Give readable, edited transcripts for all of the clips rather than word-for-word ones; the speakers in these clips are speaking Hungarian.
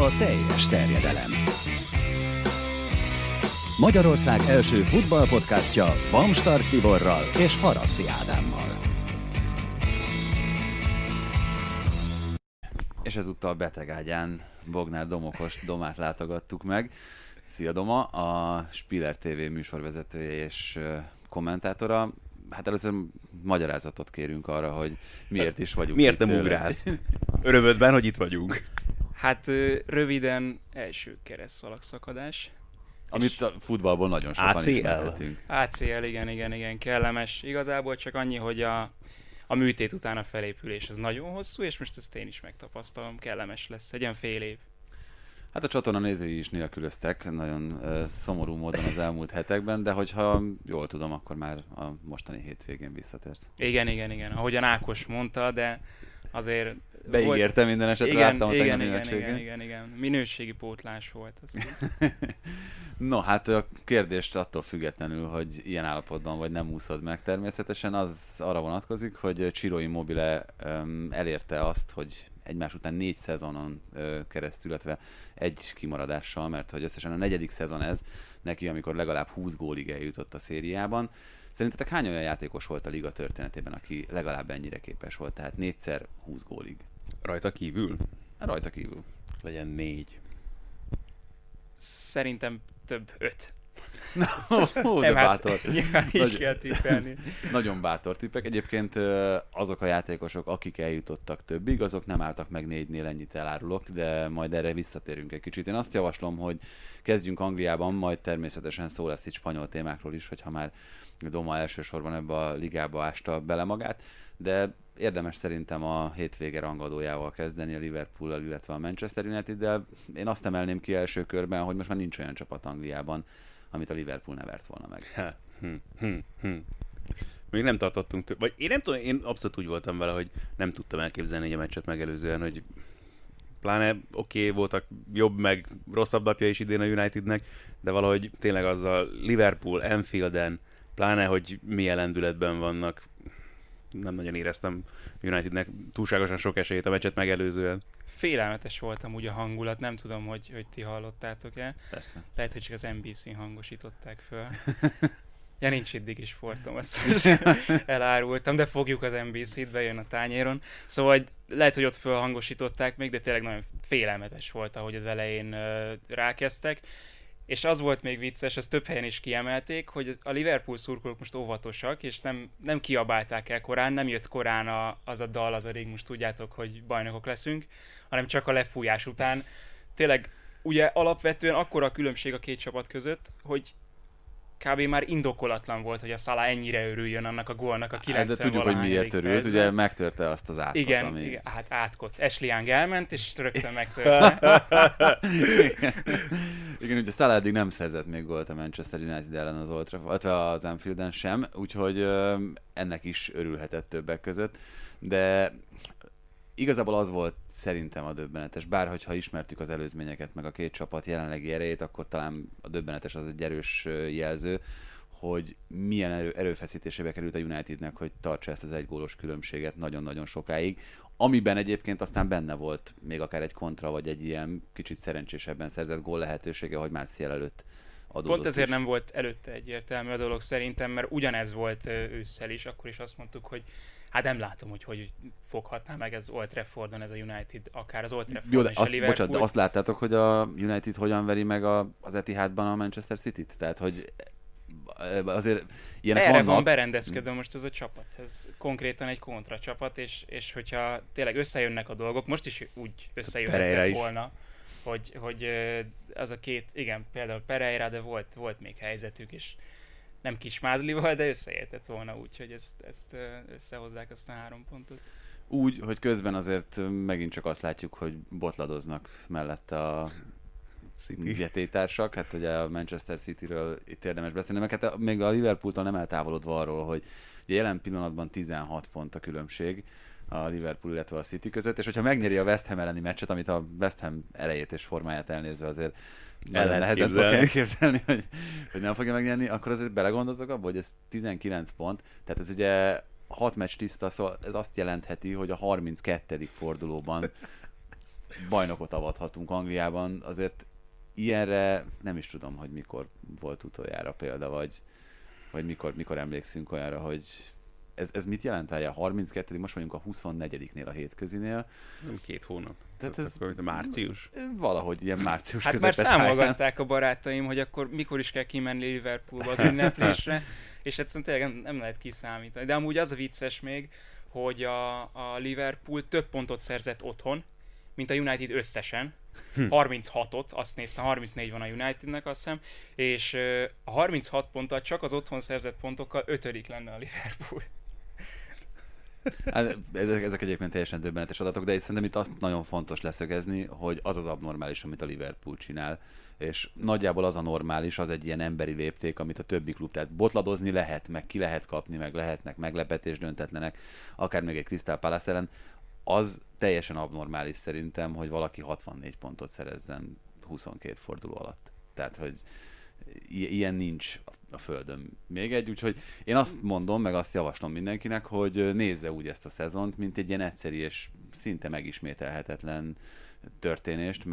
a teljes terjedelem. Magyarország első futballpodcastja Bamstart Tiborral és Haraszti Ádámmal. És ezúttal betegágyán Bognár Domát látogattuk meg. Szia Doma, a Spiller TV műsorvezetője és kommentátora. Hát először magyarázatot kérünk arra, hogy miért is vagyunk miért nem ugrálsz? Örömödben, hogy itt vagyunk. Hát röviden első keresztszalagszakadás. Amit a futballból nagyon sokan ACL. ismerhetünk. ACL, igen, kellemes. Igazából csak annyi, hogy a műtét után a felépülés az nagyon hosszú, és most ezt én is megtapasztalom, kellemes lesz, egy olyan fél év. Hát a csatorna nézői is nélkülöztek nagyon szomorú módon az elmúlt hetekben, de hogyha jól tudom, akkor már a mostani hétvégén visszatérsz. Igen, ahogyan Ákos mondta, de azért... Beígérte minden esetre, láttam a tegnapi meccségen. Igen. Minőségi pótlás volt. No, hát a kérdést attól függetlenül, hogy ilyen állapotban vagy nem úszod meg természetesen, az arra vonatkozik, hogy Ciro Immobile elérte azt, hogy egymás után 4 szezonon keresztül, illetve egy kimaradással, mert hogy összesen a 4. szezon ez neki, amikor legalább 20 gólig eljutott a szériában. Szerintetek hány olyan játékos volt a liga történetében, aki legalább ennyire képes volt, tehát 4-szer 20 gólig? Rajta kívül? Rajta kívül. Legyen 4. Szerintem több 5. De bátor. Is kell tippelni. Nagyon bátor tippek. Egyébként azok a játékosok, akik eljutottak többig, azok nem álltak meg 4-nél, ennyit elárulok, de majd erre visszatérünk egy kicsit. Én azt javaslom, hogy kezdjünk Angliában, majd természetesen szó lesz itt spanyol témákról is, hogyha már Doma elsősorban ebbe a ligába ásta bele magát, de érdemes szerintem a hétvége rangadójával kezdeni, a Liverpool-al, illetve a Manchester United-del. Én azt emelném ki első körben, hogy most már nincs olyan csapat Angliában, amit a Liverpool ne vert volna meg. Még nem tartottunk több. Vagy én nem tudom, én abszolút úgy voltam vele, hogy nem tudtam elképzelni egy a meccset megelőzően, hogy pláne voltak jobb meg rosszabb napja is idén a Unitednek, de valahogy tényleg azzal Liverpool, Anfielden, pláne, hogy milyen lendületben vannak, nem nagyon éreztem Unitednek túlságosan sok esélyt a meccset megelőzően. Félelmetes volt amúgy a hangulat, nem tudom, hogy ti hallottátok-e. Persze. Lehet, hogy csak az NBC-n hangosították föl. Ja, nincs itt is fortom, azt elárultam, de fogjuk az NBC-t, bejön a tányéron. Szóval lehet, hogy ott fölhangosították még, de tényleg nagyon félelmetes volt, ahogy az elején rákezdtek. És az volt még vicces, ezt több helyen is kiemelték, hogy a Liverpool szurkolók most óvatosak, és nem kiabálták el korán, nem jött korán az a dal, az a rég, most tudjátok, hogy bajnokok leszünk, hanem csak a lefújás után. Tényleg, ugye alapvetően akkora a különbség a két csapat között, hogy kb. Már indokolatlan volt, hogy a Salah ennyire örüljön annak a gólnak a 90 de tudjuk, hogy miért örült, ugye megtörte azt az átkot. Igen, hát átkot. Ashley Young elment, és rögtön megtörte. Igen, ugye Salah eddig nem szerzett még gólt a Manchester United ellen az Old Trafford, illetve az Anfielden sem, úgyhogy ennek is örülhetett többek között, de igazából az volt szerintem a döbbenetes, bár hogyha ismertük az előzményeket, meg a két csapat jelenlegi erejét, akkor talán a döbbenetes az egy erős jelző, hogy milyen erőfeszítésébe került a Unitednek, hogy tartsa ezt az egygólos különbséget nagyon-nagyon sokáig, amiben egyébként aztán benne volt még akár egy kontra, vagy egy ilyen kicsit szerencsésebben szerzett gól lehetősége, hogy Martial előtt adódott. Pont ezért nem volt előtte egyértelmű a dolog szerintem, mert ugyanez volt ősszel is, akkor is azt mondtuk, hogy hát nem látom, hogy foghatná meg ez Old Traffordon ez a United, akár az Old Traffordon és a Liverpool. Bocsánat, de azt láttátok, hogy a United hogyan veri meg az Etihadban a Manchester City-t? Tehát, hogy azért ilyenek erre vannak. van berendezkedve most ez a csapat. Ez konkrétan egy kontra csapat, és hogyha tényleg összejönnek a dolgok, most is úgy összejöhettek volna, hogy az a két, igen, például Pereira, de volt még helyzetük, és nem Kismázlival, de összeértett volna úgy, hogy ezt összehozzák azt a 3 pontot. Úgy, hogy közben azért megint csak azt látjuk, hogy botladoznak mellette a ügyetések, hát ugye a Manchester Cityről itt érdemes beszélni, meg hát még a Liverpooltól nem eltávolodva arról, hogy ugye jelen pillanatban 16 pont a különbség a Liverpool, illetve a City között, és hogyha megnyeri a West Ham elleni meccset, amit a West Ham erejét és formáját elnézve azért nagyon nehezen tudok elképzelni, hogy nem fogja megnyerni, akkor azért belegondoltok abba, hogy ez 19 pont, tehát ez ugye 6 meccs tiszta, szóval ez azt jelentheti, hogy a 32. fordulóban bajnokot avathatunk Angliában, azért ilyenre nem is tudom, hogy mikor volt utoljára példa, vagy mikor emlékszünk olyanra, hogy ez mit jelent? A 32. most vagyunk a 24-nél a hétközinél. Nem 2 hónap. Tehát ez március. Valahogy ilyen március Hát már számolgatták a barátaim, hogy akkor mikor is kell kimenni Liverpoolba az ünneplésre, és egyszerűen tényleg nem lehet kiszámítani. De amúgy az a vicces még, hogy a Liverpool több pontot szerzett otthon, mint a United összesen. 36-ot, azt néztem, 34 van a Unitednek, azt hiszem, és a 36 ponttal csak az otthon szerzett pontokkal 5. lenne a Liverpool. Hát, ezek egyébként teljesen döbbenetes adatok, de szerintem itt azt nagyon fontos leszögezni, hogy az az abnormális, amit a Liverpool csinál, és nagyjából az a normális, az egy ilyen emberi lépték, amit a többi klub, tehát botladozni lehet, meg ki lehet kapni, meg lehetnek meglepetés döntetlenek, akár még egy Crystal Palace ellen, az teljesen abnormális szerintem, hogy valaki 64 pontot szerezzen 22 forduló alatt. Tehát, hogy ilyen nincs a Földön még egy, úgyhogy én azt mondom, meg azt javaslom mindenkinek, hogy nézze úgy ezt a szezont, mint egy ilyen egyszerű és szinte megismételhetetlen történést,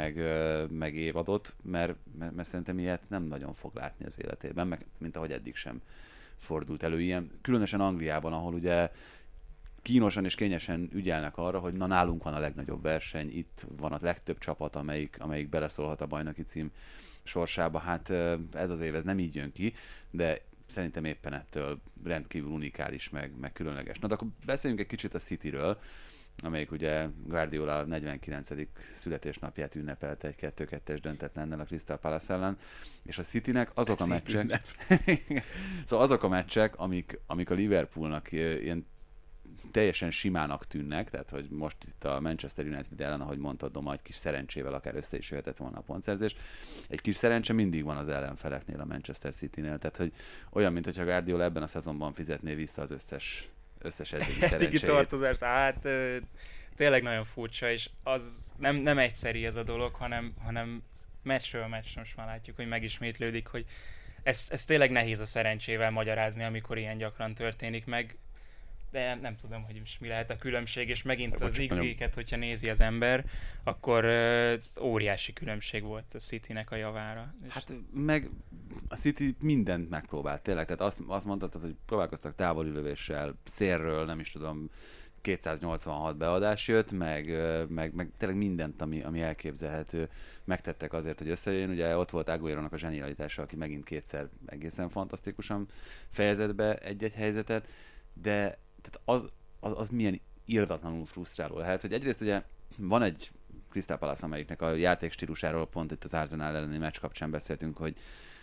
meg évadot, mert szerintem ilyet nem nagyon fog látni az életében, meg mint ahogy eddig sem fordult elő ilyen. Különösen Angliában, ahol ugye kínosan és kényesen ügyelnek arra, hogy na nálunk van a legnagyobb verseny, itt van a legtöbb csapat, amelyik beleszólhat a bajnoki cím sorsába. Hát ez az év, ez nem így jön ki, de szerintem éppen ettől rendkívül unikális, meg különleges. Na de akkor beszéljünk egy kicsit a Cityről, amelyik ugye Guardiola 49. születésnapját ünnepelte egy 2-2-es döntetlennel a Crystal Palace ellen, és a Citynek azok a meccsek, szóval azok a meccsek, amik a Liverpoolnak ilyen teljesen simának tűnnek, tehát hogy most itt a Manchester United ellen, ahogy mondtad, Doma, egy kis szerencsével akár össze is jöhetett volna a pontszerzés. Egy kis szerencse mindig van az ellenfeleknél, a Manchester Citynél, tehát hogy olyan, mintha Guardiola ebben a szezonban fizetné vissza az összes eddigi szerencséjét. Tartozást, hát tényleg nagyon furcsa, és az nem egyszerű ez a dolog, hanem meccsről meccs most már látjuk, hogy megismétlődik, hogy ez tényleg nehéz a szerencsével magyarázni, amikor ilyen gyakran történik meg. De nem tudom, hogy most mi lehet a különbség, és megint az XG-ket, hogyha nézi az ember, akkor óriási különbség volt a Citynek a javára. Hát meg a City mindent megpróbált, tényleg, tehát azt mondtad, hogy próbálkoztak távoli lövéssel, szélről, nem is tudom, 286 beadás jött, meg tényleg mindent, ami elképzelhető, megtettek azért, hogy összejön. Ugye ott volt Aguero-nak a zsenialitása, aki megint kétszer egészen fantasztikusan fejezett be egy-egy helyzetet, de tehát az milyen irdatlanul frusztráló lehet, hogy egyrészt ugye van egy Crystal Palace, amelyiknek a játékstílusáról pont itt az Arsenal elleni meccs kapcsán beszéltünk, hogy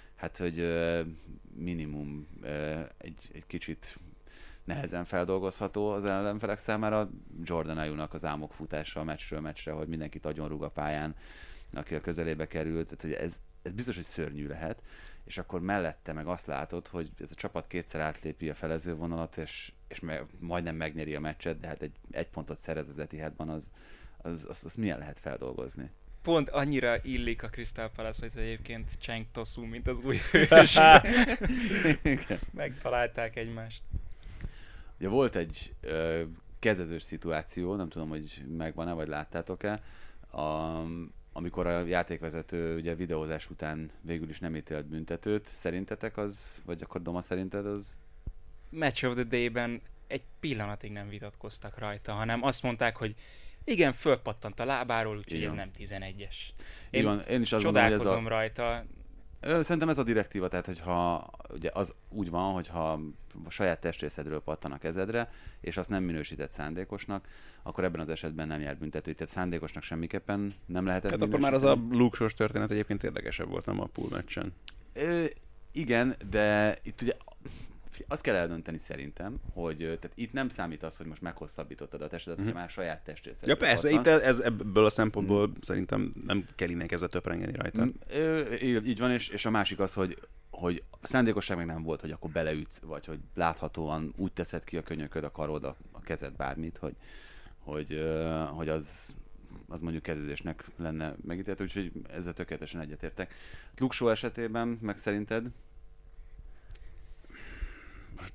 minimum egy kicsit nehezen feldolgozható az ellenfelek számára. Jordan Ayew-nak az álmok futása a meccsről meccsre, hogy mindenkit agyonrúg a pályán, aki a közelébe került, tehát hogy ez biztos, hogy szörnyű lehet, és akkor mellette meg azt látod, hogy ez a csapat kétszer átlépi a felezővonalat, és majdnem megnyeri a meccset, de hát egy pontot szerez az Etihadban, az milyen lehet feldolgozni? Pont annyira illik a Crystal Palace, hogy egyébként Cenk Tosun, mint az új hős. Megtalálták egymást. Ugye volt egy kezezős szituáció, nem tudom, hogy megvan-e, vagy láttátok-e, amikor a játékvezető ugye videózás után végül is nem ítélt büntetőt. Szerintetek az, vagy akkor Doma szerinted az? Match of the Day-ben egy pillanatig nem vitatkoztak rajta, hanem azt mondták, hogy igen, fölpattant a lábáról, úgyhogy ez nem 11-es. Én is azt csodálkozom rajta. Szerintem ez a direktíva, tehát hogyha ugye az úgy van, hogyha a saját testrészedről pattan a kezedre, és azt nem minősített szándékosnak, akkor ebben az esetben nem jár büntető. Tehát szándékosnak semmiképpen nem lehetett hát akkor már az a Luke-sos történet egyébként érdekesebb volt, nem a pool meccsen. Igen, de itt ugye azt kell eldönteni szerintem, hogy tehát itt nem számít az, hogy most meghosszabbítottad a testedet, hogy már saját testrészedről. Ja persze, itt ez ebből a szempontból szerintem nem kell innen kezdve töprengeni rajta. Így van, és a másik az, hogy a szándékosság meg nem volt, hogy akkor beleütsz, vagy hogy láthatóan úgy teszed ki a könyököd, a karod, a kezed, bármit, hogy az mondjuk kezezésnek lenne megítélhető, úgyhogy ezzel tökéletesen egyetértek. Luke Shaw esetében meg szerinted?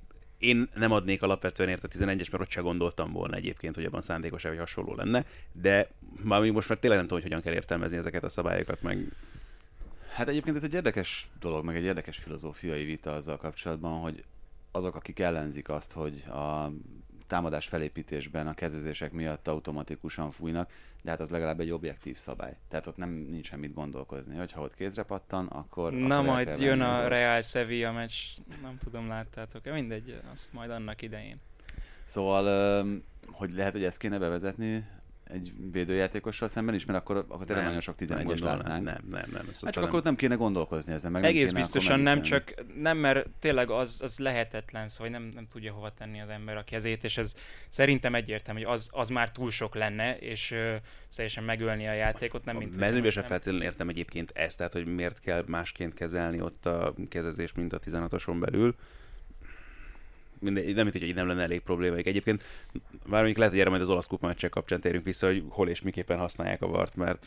Én nem adnék alapvetően érte 11-es, mert ott se gondoltam volna egyébként, hogy abban szándékos vagy hasonló lenne, de most már tényleg nem tudom, hogy hogyan kell értelmezni ezeket a szabályokat, meg... Hát egyébként ez egy érdekes dolog, meg egy érdekes filozófiai vita azzal kapcsolatban, hogy azok, akik ellenzik azt, hogy a támadás felépítésben a kezezések miatt automatikusan fújnak, de hát az legalább egy objektív szabály. Tehát ott nincs semmit gondolkozni, hogyha ott kézre pattan, akkor... Na akkor majd jön a Real Sevilla meccs, nem tudom, láttátok-e, mindegy, azt majd annak idején. Szóval, hogy lehet, hogy ezt kéne bevezetni egy védőjátékossal szemben is, mert akkor tényleg nagyon sok 11-es látnánk. Nem. Hát csak akkor ott nem kéne gondolkozni ezen. Meg egész nem biztosan nem, csak nem, mert tényleg az lehetetlen, szóval nem tudja hova tenni az ember a kezét, és ez szerintem egyértelmű, hogy az már túl sok lenne, és teljesen megölni a játékot, nem mint... Mezőnyben sem feltétlenül értem egyébként ezt, tehát hogy miért kell másként kezelni ott a kezezést, mint a 16-oson belül. Nem mint, hogy így nem lenne elég probléma. Egyébként már mondjuk lehet, hogy erre majd az olasz kupa meccsek kapcsán térünk vissza, hogy hol és miképpen használják a VAR-t, mert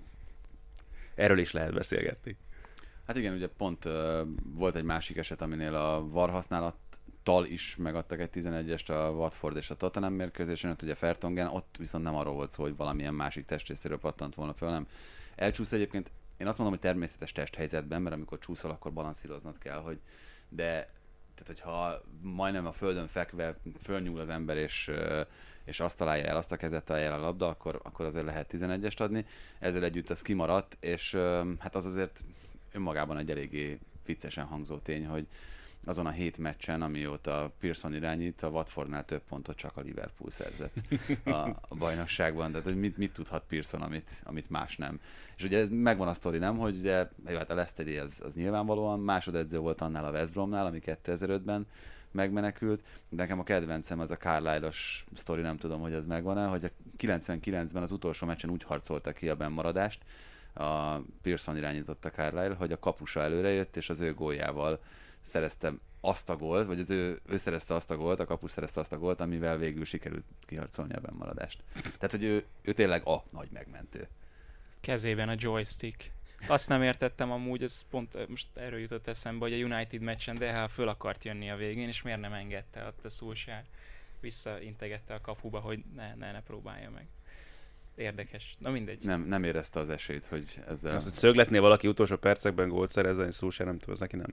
erről is lehet beszélgetni. Hát igen, ugye pont volt egy másik eset, aminél a VAR használattal is megadtak egy 11-est a Watford és a Tottenham mérkőzésen, ott ugye Fertongen, ott viszont nem arról volt szó, hogy valamilyen másik testrészéről pattant volna föl, nem. Elcsúsz egyébként, én azt mondom, hogy természetes testhelyzetben, mert amikor csúszol, akkor balanszíroznod kell, hogy tehát, hogyha majdnem a földön fekve fölnyúl az ember, és azt találja el, azt a kezet találja el a labda, akkor azért lehet 11-est adni. Ezzel együtt az kimaradt, és hát az azért önmagában egy eléggé viccesen hangzó tény, hogy azon a 7 meccsen, amióta Pearson irányít, a Watfordnál több pontot csak a Liverpool szerzett a bajnokságban. Tehát, hogy mit tudhat Pearson, amit más nem. És ugye megvan a sztori, nem, hogy ugye, hát a Leicesteri az nyilvánvalóan másodedző volt annál a West Bromnál, ami 2005-ben megmenekült. De nekem a kedvencem az a Carlisle-os sztori, nem tudom, hogy az megvan-e, hogy a 99-ben az utolsó meccsen úgy harcolta ki a bennmaradást, a Pearson irányította Carlisle, hogy a kapusa előrejött, és az ő góljával szerezte azt a gólt, vagy ő szerezte azt a gólt, a kapus szerezte azt a gólt, amivel végül sikerült kiharcolni a bennmaradást. Tehát, hogy ő tényleg a nagy megmentő. Kezében a joystick. Azt nem értettem amúgy, ez pont most erről jutott eszembe, hogy a United meccsen DH föl akart jönni a végén, és miért nem engedte ott a Solskjaer. Visszaintegette a kapuba, hogy ne próbálja meg. Érdekes. Na mindegy. Nem érezte az esélyt, hogy ezzel... Azt, hogy szögletné valaki utolsó percekben gólt szerezzen, Solskjaer nem tudom, az neki nem.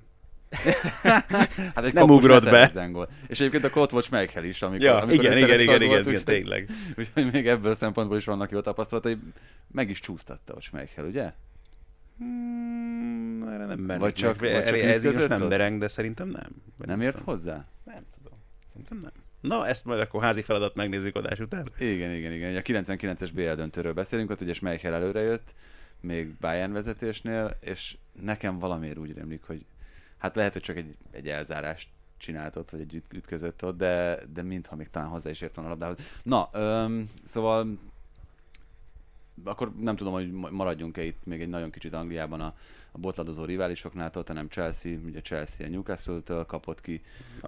Hát egy nem ugrott be. És egyébként akkor ott volt Schmeichel is, amikor igen, tényleg. Úgyhogy még ebből a szempontból is vannak jó tapasztalatai. Meg is csúsztatta ott Schmeichel, ugye? Erre nem merek. Vagy csak ez most nem mereng, de szerintem nem. Nem ért hozzá? Nem tudom. Szerintem nem. Na, ezt majd akkor házi feladat megnézzük adás után. Igen. A 99-es BL döntőről beszélünk, ott ugye Schmeichel előre jött, még Bayern vezetésnél, és nekem valamiért úgy rémlik, hogy hát lehet, hogy csak egy elzárást csinált ott, vagy egy ütközött ott, de mintha még talán hozzá is ért volna a labdához. Na, szóval akkor nem tudom, hogy maradjunk-e itt még egy nagyon kicsit Angliában a botladozó riválisoknál, Tottenham Chelsea, ugye Chelsea a Newcastle-től kapott ki.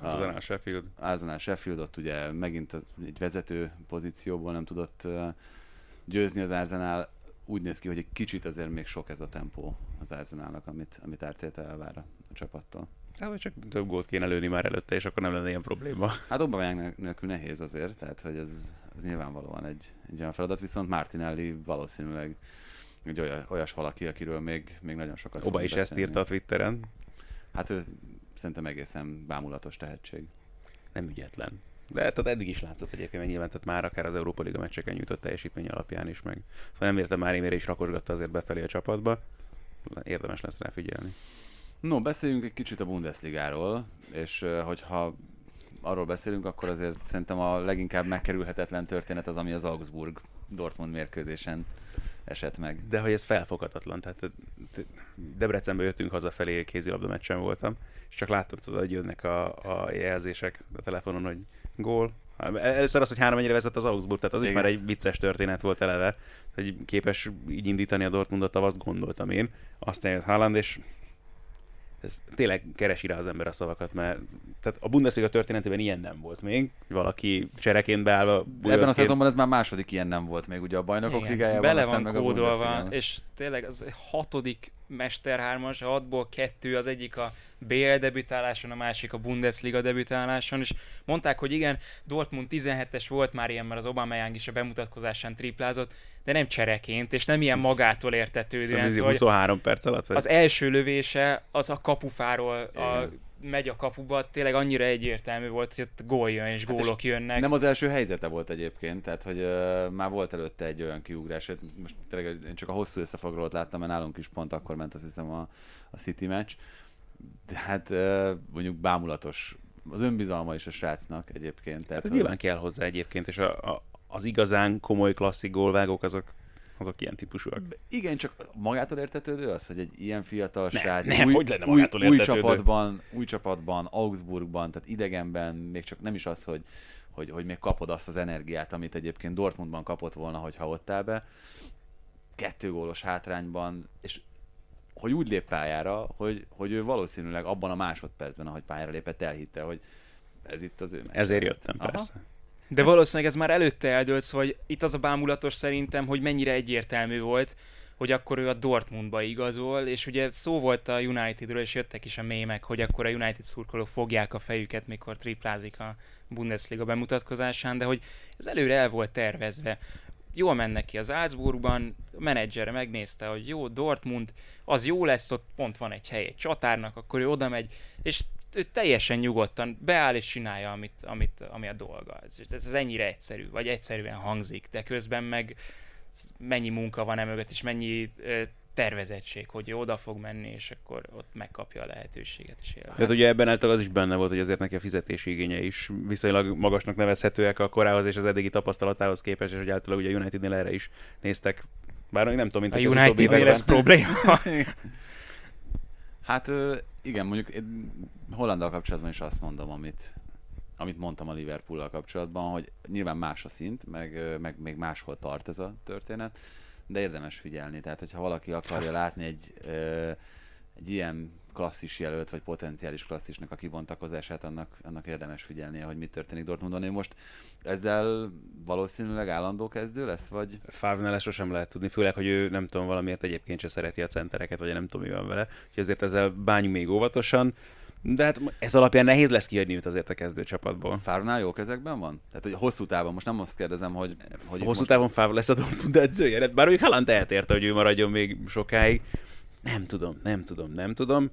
Arsenal Sheffield, ott ugye megint egy vezető pozícióból nem tudott győzni az Arsenal. Úgy néz ki, hogy egy kicsit azért még sok ez a tempó az Arsenalnak, amit Arteta elvár a csapattól. Hát, csak több gólt kéne lőni már előtte, és akkor nem lenne ilyen probléma. Hát Aubameyang nélkül nehéz azért, tehát hogy ez nyilvánvalóan egy olyan feladat, viszont Martinelli valószínűleg egy olyas valaki, akiről még nagyon sokat Oba is beszélni. ezt írta a Twitteren. Hát ő szerintem egészen bámulatos tehetség. Nem ügyetlen. De tehát eddig is látszott egyébként, mert nyilván tehát már akár az Európa Liga meccseken nyújtott teljesítmény alapján is meg. Szóval nem értem, már émére is rakosgatta azért befelé a csapatba. Érdemes lesz rá figyelni. No, beszéljünk egy kicsit a Bundesligáról, és hogyha arról beszélünk, akkor azért szerintem a leginkább megkerülhetetlen történet az, ami az Augsburg-Dortmund mérkőzésen esett meg. De hogy ez felfoghatatlan, tehát Debrecenből jöttünk hazafelé, kézilabda meccsen voltam, és csak láttam, tudod, hogy jönnek a jelzések a telefonon, hogy gól. Először az, hogy 3-1-re vezet az Augsburg, tehát az igen. Is már egy vicces történet volt eleve, hogy képes így indítani a Dortmundot, azt gondoltam én. Aztán jött Haaland, és ez tényleg keresi rá az ember a szavakat, mert tehát a Bundesliga történetében ilyen nem volt még, valaki csereként beállva. Ebben a szezonban ez már második ilyen nem volt még, ugye a Bajnokok Ligájában. Bele van kódolva, és tényleg az 6. Mester 3-as, a 6-ból 2, az egyik a BL debütáláson, a másik a Bundesliga debütáláson, és mondták, hogy igen, Dortmund 17-es volt már ilyen, mert az Aubameyang is a bemutatkozásán triplázott, de nem csereként, és nem ilyen magától értetődően. Szóval 23 perc alatt? Vagy? Az első lövése, az a kapufáról megy a kapuba, tényleg annyira egyértelmű volt, hogy ott gól jön és gólok jönnek. Nem az első helyzete volt egyébként, tehát hogy már volt előtte egy olyan kiugrás, most tényleg én csak a hosszú összefoglalót láttam, mert nálunk is pont akkor ment azt hiszem a City meccs, de hát mondjuk bámulatos az önbizalma is a srácnak egyébként. Tehát, hát nyilván kell hozzá egyébként, és az igazán komoly klasszik gólvágók azok ilyen típusúak. Igen, csak magától értetődő az, hogy egy ilyen fiatal srác új csapatban, Augsburgban, tehát idegenben, még csak nem is az, hogy még kapod azt az energiát, amit egyébként Dortmundban kapott volna, hogyha ott áll be. 2 gólos hátrányban, és hogy úgy lép pályára, hogy ő valószínűleg abban a másodpercben, ahogy pályára lépett, elhitte, hogy ez itt az ő meccs. Ezért jöttem, persze. Aha. De valószínűleg ez már előtte eldőlt, szóval itt az a bámulatos szerintem, hogy mennyire egyértelmű volt, hogy akkor ő a Dortmundba igazol, és ugye szó volt a Unitedről, és jöttek is a mémek, hogy akkor a United szurkolók fogják a fejüket, mikor triplázik a Bundesliga bemutatkozásán, de hogy ez előre el volt tervezve. Jól mennek ki az Salzburgban, a menedzser megnézte, hogy jó, Dortmund, az jó lesz, ott pont van egy hely egy csatárnak, akkor ő oda megy, és ő teljesen nyugodtan beáll és csinálja, ami a dolga. Ez ennyire egyszerű, vagy egyszerűen hangzik, de közben meg mennyi munka van emögött, és mennyi tervezettség, hogy ő oda fog menni, és akkor ott megkapja a lehetőséget is élve. Tehát ugye ebben által az is benne volt, hogy azért neki a fizetési igénye is viszonylag magasnak nevezhetőek a korához és az eddigi tapasztalatához képest, és hogy általában ugye a Unitednél erre is néztek. Bár nem tudom, mint a Unitednél ez probléma. Hát igen, mondjuk én Hollanddal kapcsolatban is azt mondom, amit mondtam a Liverpoollal kapcsolatban, hogy nyilván más a szint, meg még máshol tart ez a történet, de érdemes figyelni. Tehát, hogyha valaki akarja látni egy ilyen klasszis jelölt, vagy potenciális klasszisnak a kibontakozását, annak érdemes figyelnie, hogy mi történik Dortmundon. Ő most ezzel valószínűleg állandó kezdő lesz, vagy? Favre-nál ezt sosem lehet tudni, főleg, hogy ő nem tudom, valamiért egyébként se szereti a centereket, vagy nem tudom, mi van vele. Úgyhogy ezért ezzel bánjunk még óvatosan. De hát ez alapján nehéz lesz kihagyni őt azért a kezdőcsapatból. Favre-nál jó kezekben van? Tehát, hogy hosszú távon, most nem azt kérdezem, hogy hosszú távon Favre lesz a Dortmund edzője, bár mondjuk Haaland eltérte, hogy ő maradjon még sokáig. Nem tudom.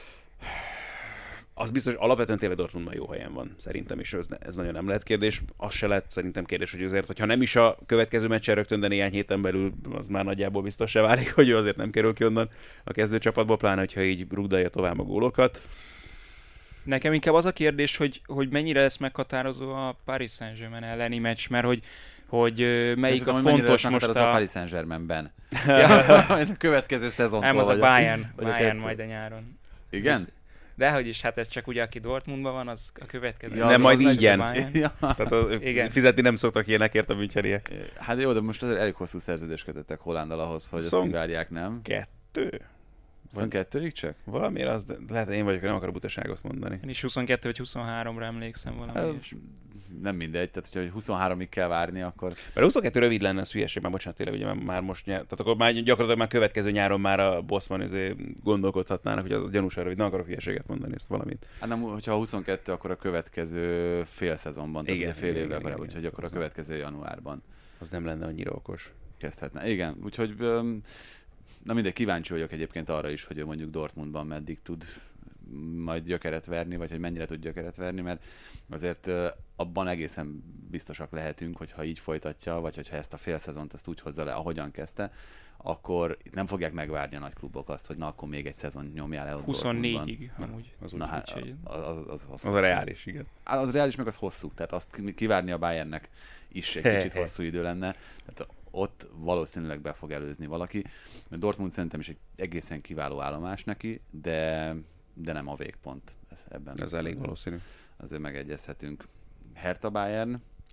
Az biztos, hogy alapvetően tényleg Dortmundban jó helyen van, szerintem, és ez nagyon nem lehet kérdés. Az se lett szerintem kérdés, hogy azért, hogyha nem is a következő meccsen rögtön, de néhány héten belül, az már nagyjából biztos se válik, hogy ő azért nem kerül ki onnan a kezdőcsapatból, pláne, hogyha így rugdalja tovább a gólokat. Nekem inkább az a kérdés, hogy mennyire lesz meghatározó a Paris Saint-Germain elleni meccs, mert hogy melyik a fontos most a Paris Saint-Germainben. A következő szezontól. Nem, az a Bayern majd a nyáron. Igen? Dehogy is, hát ez csak ugye, aki Dortmundban van, az a következő. Ja, nem, majd ingyen. Ja. Tehát fizetni nem szoktak ilyenekért a müncheniek. Hát jó, de most azért elég hosszú szerződést kötöttek Hollanddal ahhoz, hogy azt kivárják, nem? 22? 22-ig csak? Valamiért az, de lehet, én vagyok, nem akarok butaságot mondani. Én is 22 vagy 23-ra emlékszem valami. Nem mindegy, tehát hogyha 23-ig kell várni, akkor... Mert 22 rövid lenne, ez hülyeség, már bocsánat, tényleg, ugye már most tehát akkor már gyakorlatilag már következő nyáron már a Bosman gondolkodhatnának, hogy az gyanúsan rövid, nem akarok hülyeséget mondani, ezt valamit. Hát nem, hogyha 22, akkor a következő fél szezonban, tehát igen, fél évvel korábban, úgyhogy akkor a következő januárban. Az nem lenne annyira okos. Kezdhetne. Igen, úgyhogy na mindegy, kíváncsi vagyok egyébként arra is, hogy ő mondjuk Dortmundban meddig tud majd gyökeret verni, vagy hogy mennyire tud gyökeret verni, mert azért abban egészen biztosak lehetünk, hogy ha így folytatja, vagy hogyha ezt a fél szezont azt úgy hozza le, ahogyan kezdte, akkor nem fogják megvárni a nagy klubok azt, hogy na akkor még egy szezon nyomjál el. 24-ig amúgy. Az a reális, igen. Az reális, meg az hosszú, tehát azt kivárni a Bayernnek is egy kicsit hosszú idő lenne. Tehát ott valószínűleg be fog előzni valaki. Mert Dortmund szerintem is egy egészen kiváló állomás neki, de nem a végpont. Ez elég valószínű. Azért megegyezhetünk. Hertha Bayern.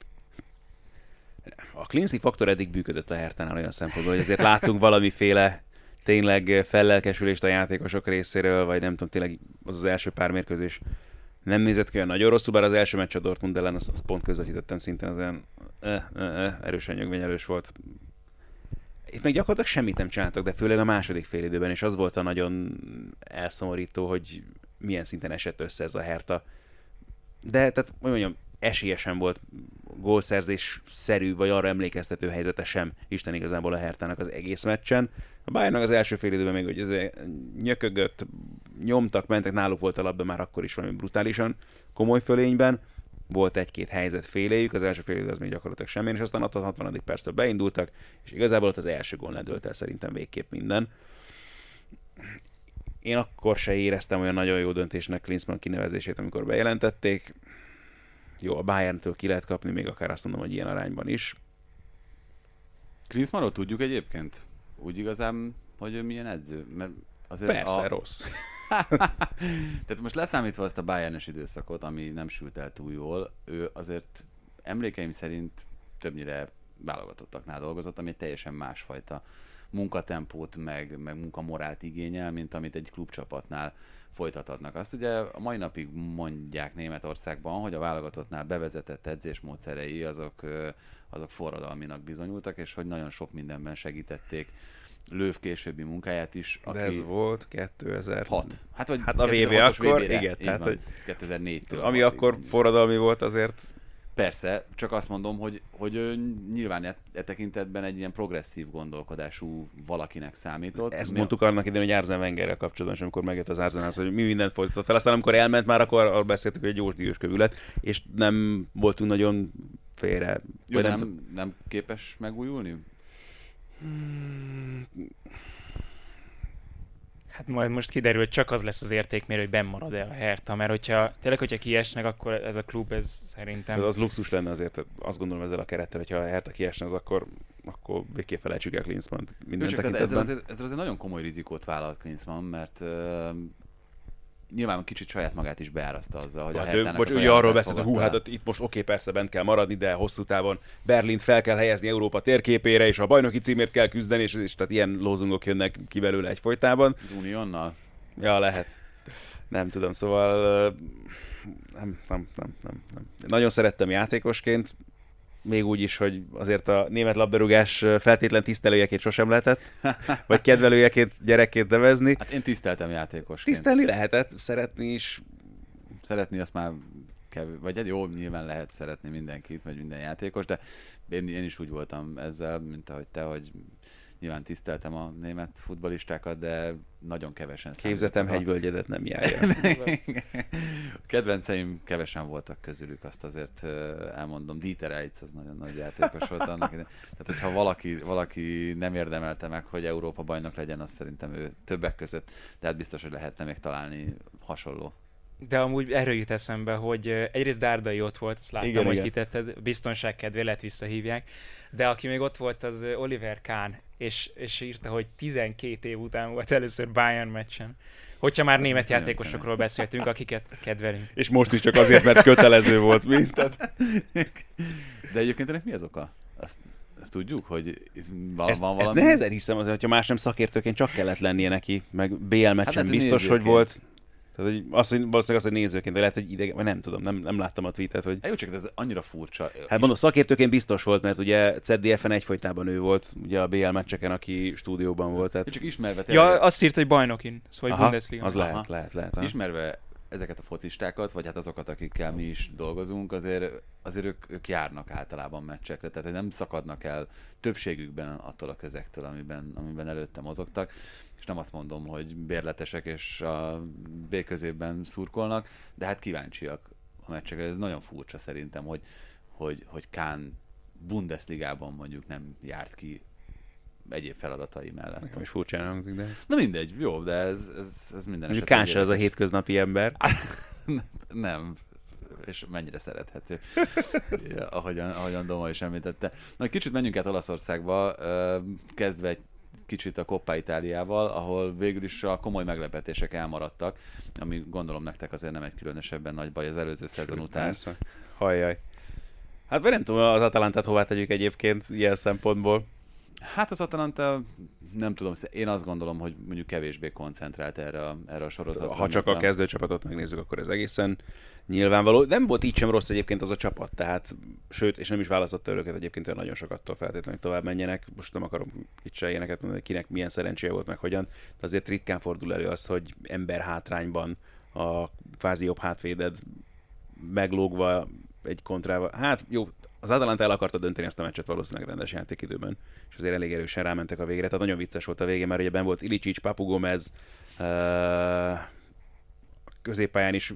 A Cleansy faktor eddig működött a Hertánál olyan szempontból, hogy azért láttunk valamiféle tényleg fellelkesülést a játékosok részéről, vagy nem tudom, tényleg az első pár mérkőzés nem nézett ki olyan nagyon rosszul, bár az első meccs a Dortmund ellen, azt pont közvetítettem, szintén az olyan erősen nyögvényelős volt. itt meg gyakorlatilag semmit nem csináltak, de főleg a második félidőben, és az volt a nagyon elszomorító, hogy milyen szinten esett össze ez a Hertha. De, tehát, hogy mondjam, esélyesen volt gólszerzés-szerű, vagy arra emlékeztető helyzete sem Isten igazából a Hertának az egész meccsen. A Bayernnak az első félidőben még hogy nyökögött, nyomtak, mentek, náluk volt a labda már akkor is valami brutálisan komoly fölényben. Volt egy-két helyzet féléjük, az első félidő az még gyakorlatilag semmi, és aztán a 60. perctől beindultak, és igazából ott az első gól ledőlt el szerintem végképp minden. Én akkor se éreztem olyan nagyon jó döntésnek Klinsmann kinevezését, amikor bejelentették. Jó, a Bayerntől ki lehet kapni, még akár azt mondom, hogy ilyen arányban is. Klinsmannról tudjuk egyébként? Úgy igazán, hogy ő milyen edző? Mert azért persze, rossz. Tehát most leszámítva azt a Bayernes időszakot, ami nem sült el túl jól, ő azért emlékeim szerint többnyire válogatottaknál dolgozott, ami egy teljesen másfajta munkatempót, meg munkamorált igényel, mint amit egy klubcsapatnál folytathatnak. Azt ugye a mai napig mondják Németországban, hogy a válogatottnál bevezetett edzésmódszerei azok forradalminak bizonyultak, és hogy nagyon sok mindenben segítették Löw későbbi munkáját is. De ez volt 2006. Hát a VB akkor, igen. Tehát, hogy 2004-től. Ami akkor forradalmi volt azért. Persze, csak azt mondom, hogy nyilván e tekintetben egy ilyen progresszív gondolkodású valakinek számított. Ezt mondtuk annak idején, hogy Arsene Wengerrel kapcsolatban, és amikor megjött az Arsenalhoz, hogy mi mindent folytatott fel. Aztán amikor elment már, akkor beszéltük, hogy egy jósdíjos kövület, és nem voltunk nagyon félre. Jó, nem képes megújulni? Hát majd most kiderül, hogy csak az lesz az értékmérő, hogy benn marad el a Hertha, mert hogyha kiesnek, akkor ez a klub, ez szerintem... Az luxus lenne azért, azt gondolom ezzel a kerettel, hogyha a Hertha kiesne, akkor végképp felejtsük el Klinsmannt minden tekintetben. Ezzel azért nagyon komoly rizikót vállalt Klinsmann, mert nyilván kicsit saját magát is beáraszta azzal, hogy a Hertának az ugye arról beszélt, hogy hát itt most persze bent kell maradni, de hosszú távon Berlint fel kell helyezni Európa térképére, és a bajnoki címért kell küzdeni, és tehát ilyen lózungok jönnek ki belőle egyfolytában. Az Uniónnal? Ja, lehet. Nem tudom, szóval nem. Nagyon szerettem játékosként, még úgy is, hogy azért a német labdarúgás feltétlen tisztelőjeként sosem lehetett, vagy kedvelőjeként, gyerekként nevezni. Hát én tiszteltem játékosként. Tisztelni lehetett, szeretni is. Szeretni azt már vagy jó, nyilván lehet szeretni mindenkit, vagy minden játékos, de én is úgy voltam ezzel, mint ahogy te, hogy nyilván tiszteltem a német futballistákat, de nagyon kevesen Képzetem hegyvölgyedet nem járja. Kedvenceim kevesen voltak közülük, azt azért elmondom. Dieter Eitz az nagyon nagy játékos volt annak. Tehát, hogyha valaki nem érdemelte meg, hogy Európa bajnok legyen, az szerintem ő többek között, de hát biztos, hogy lehetne még találni hasonló. De amúgy erről jut eszembe, hogy egyrészt Dárdai ott volt, azt láttam, hogy kitetted, biztonság kedvéért visszahívják, de aki még ott volt, az Oliver Kahn, és írta, hogy 12 év után volt először Bayern meccsen. Hogyha már német játékosokról beszéltünk, akiket kedvelünk. És most is csak azért, mert kötelező volt, mint. De egyébként ennek mi az oka? Azt tudjuk, hogy van valami... Ezt nehezen hiszem, azért, hogyha más nem szakértőként csak kellett lennie neki, meg BL meccsen biztos, hogy volt. Tehát hogy valószínűleg hogy nézőként, de lehet, hogy idegen, vagy nem tudom, nem láttam a tweetet, hogy... Jó, csak ez annyira furcsa. Hát mondom, szakértőként biztos volt, mert ugye ZDF-en egyfolytában ő volt, ugye a BL meccseken, aki stúdióban volt. Tehát... Csak ismerve... Ja, azt írt, hogy bajnokin, szóval Bundesliga. Az lehet. Ismerve ezeket a focistákat, vagy hát azokat, akikkel mi is dolgozunk, azért ők járnak általában meccsekre, tehát hogy nem szakadnak el többségükben attól a közektől, amiben előtte mozogtak, és nem azt mondom, hogy bérletesek és a B középben szurkolnak, de hát kíváncsiak a meccsekre. Ez nagyon furcsa szerintem, hogy Kahn Bundesligában mondjuk nem járt ki egyéb feladatai mellett. Nekem is furcsán hangzik, de... Na mindegy, jó, de ez minden esetben... Kahn se az a hétköznapi ember. Nem, és mennyire szerethető, ahogyan Doma is említette. Na, kicsit menjünk át Olaszországba, kezdve egy kicsit a Coppa Itáliával, ahol végül is a komoly meglepetések elmaradtak, ami gondolom nektek azért nem egy különösebben nagy baj az előző szezon után. Persze. Hajjaj. Hát vagy nem tudom, az Atalantát hová tegyük egyébként ilyen szempontból. Hát az Atalanta, nem tudom, én azt gondolom, hogy mondjuk kevésbé koncentrált erre a sorozatra. Ha csak a kezdőcsapatot megnézzük, akkor ez egészen nyilvánvaló. Nem volt így sem rossz egyébként az a csapat, tehát sőt, és nem is választotta őket egyébként olyan nagyon sokattól feltétlenül, hogy tovább menjenek. Most nem akarom itt se ilyeneket mondani, kinek milyen szerencséje volt, meg hogyan, de azért ritkán fordul elő az, hogy ember hátrányban a kvázi jobb hátvéded meglógva egy kontrával. Hát jó, az Atalanta el akarta dönteni ezt a meccset valószínűleg rendes játékidőben, és azért elég erősen rámentek a végére, tehát nagyon vicces volt a végén, mert ugye benn volt Ilicic, Papu Gomez, középpályán is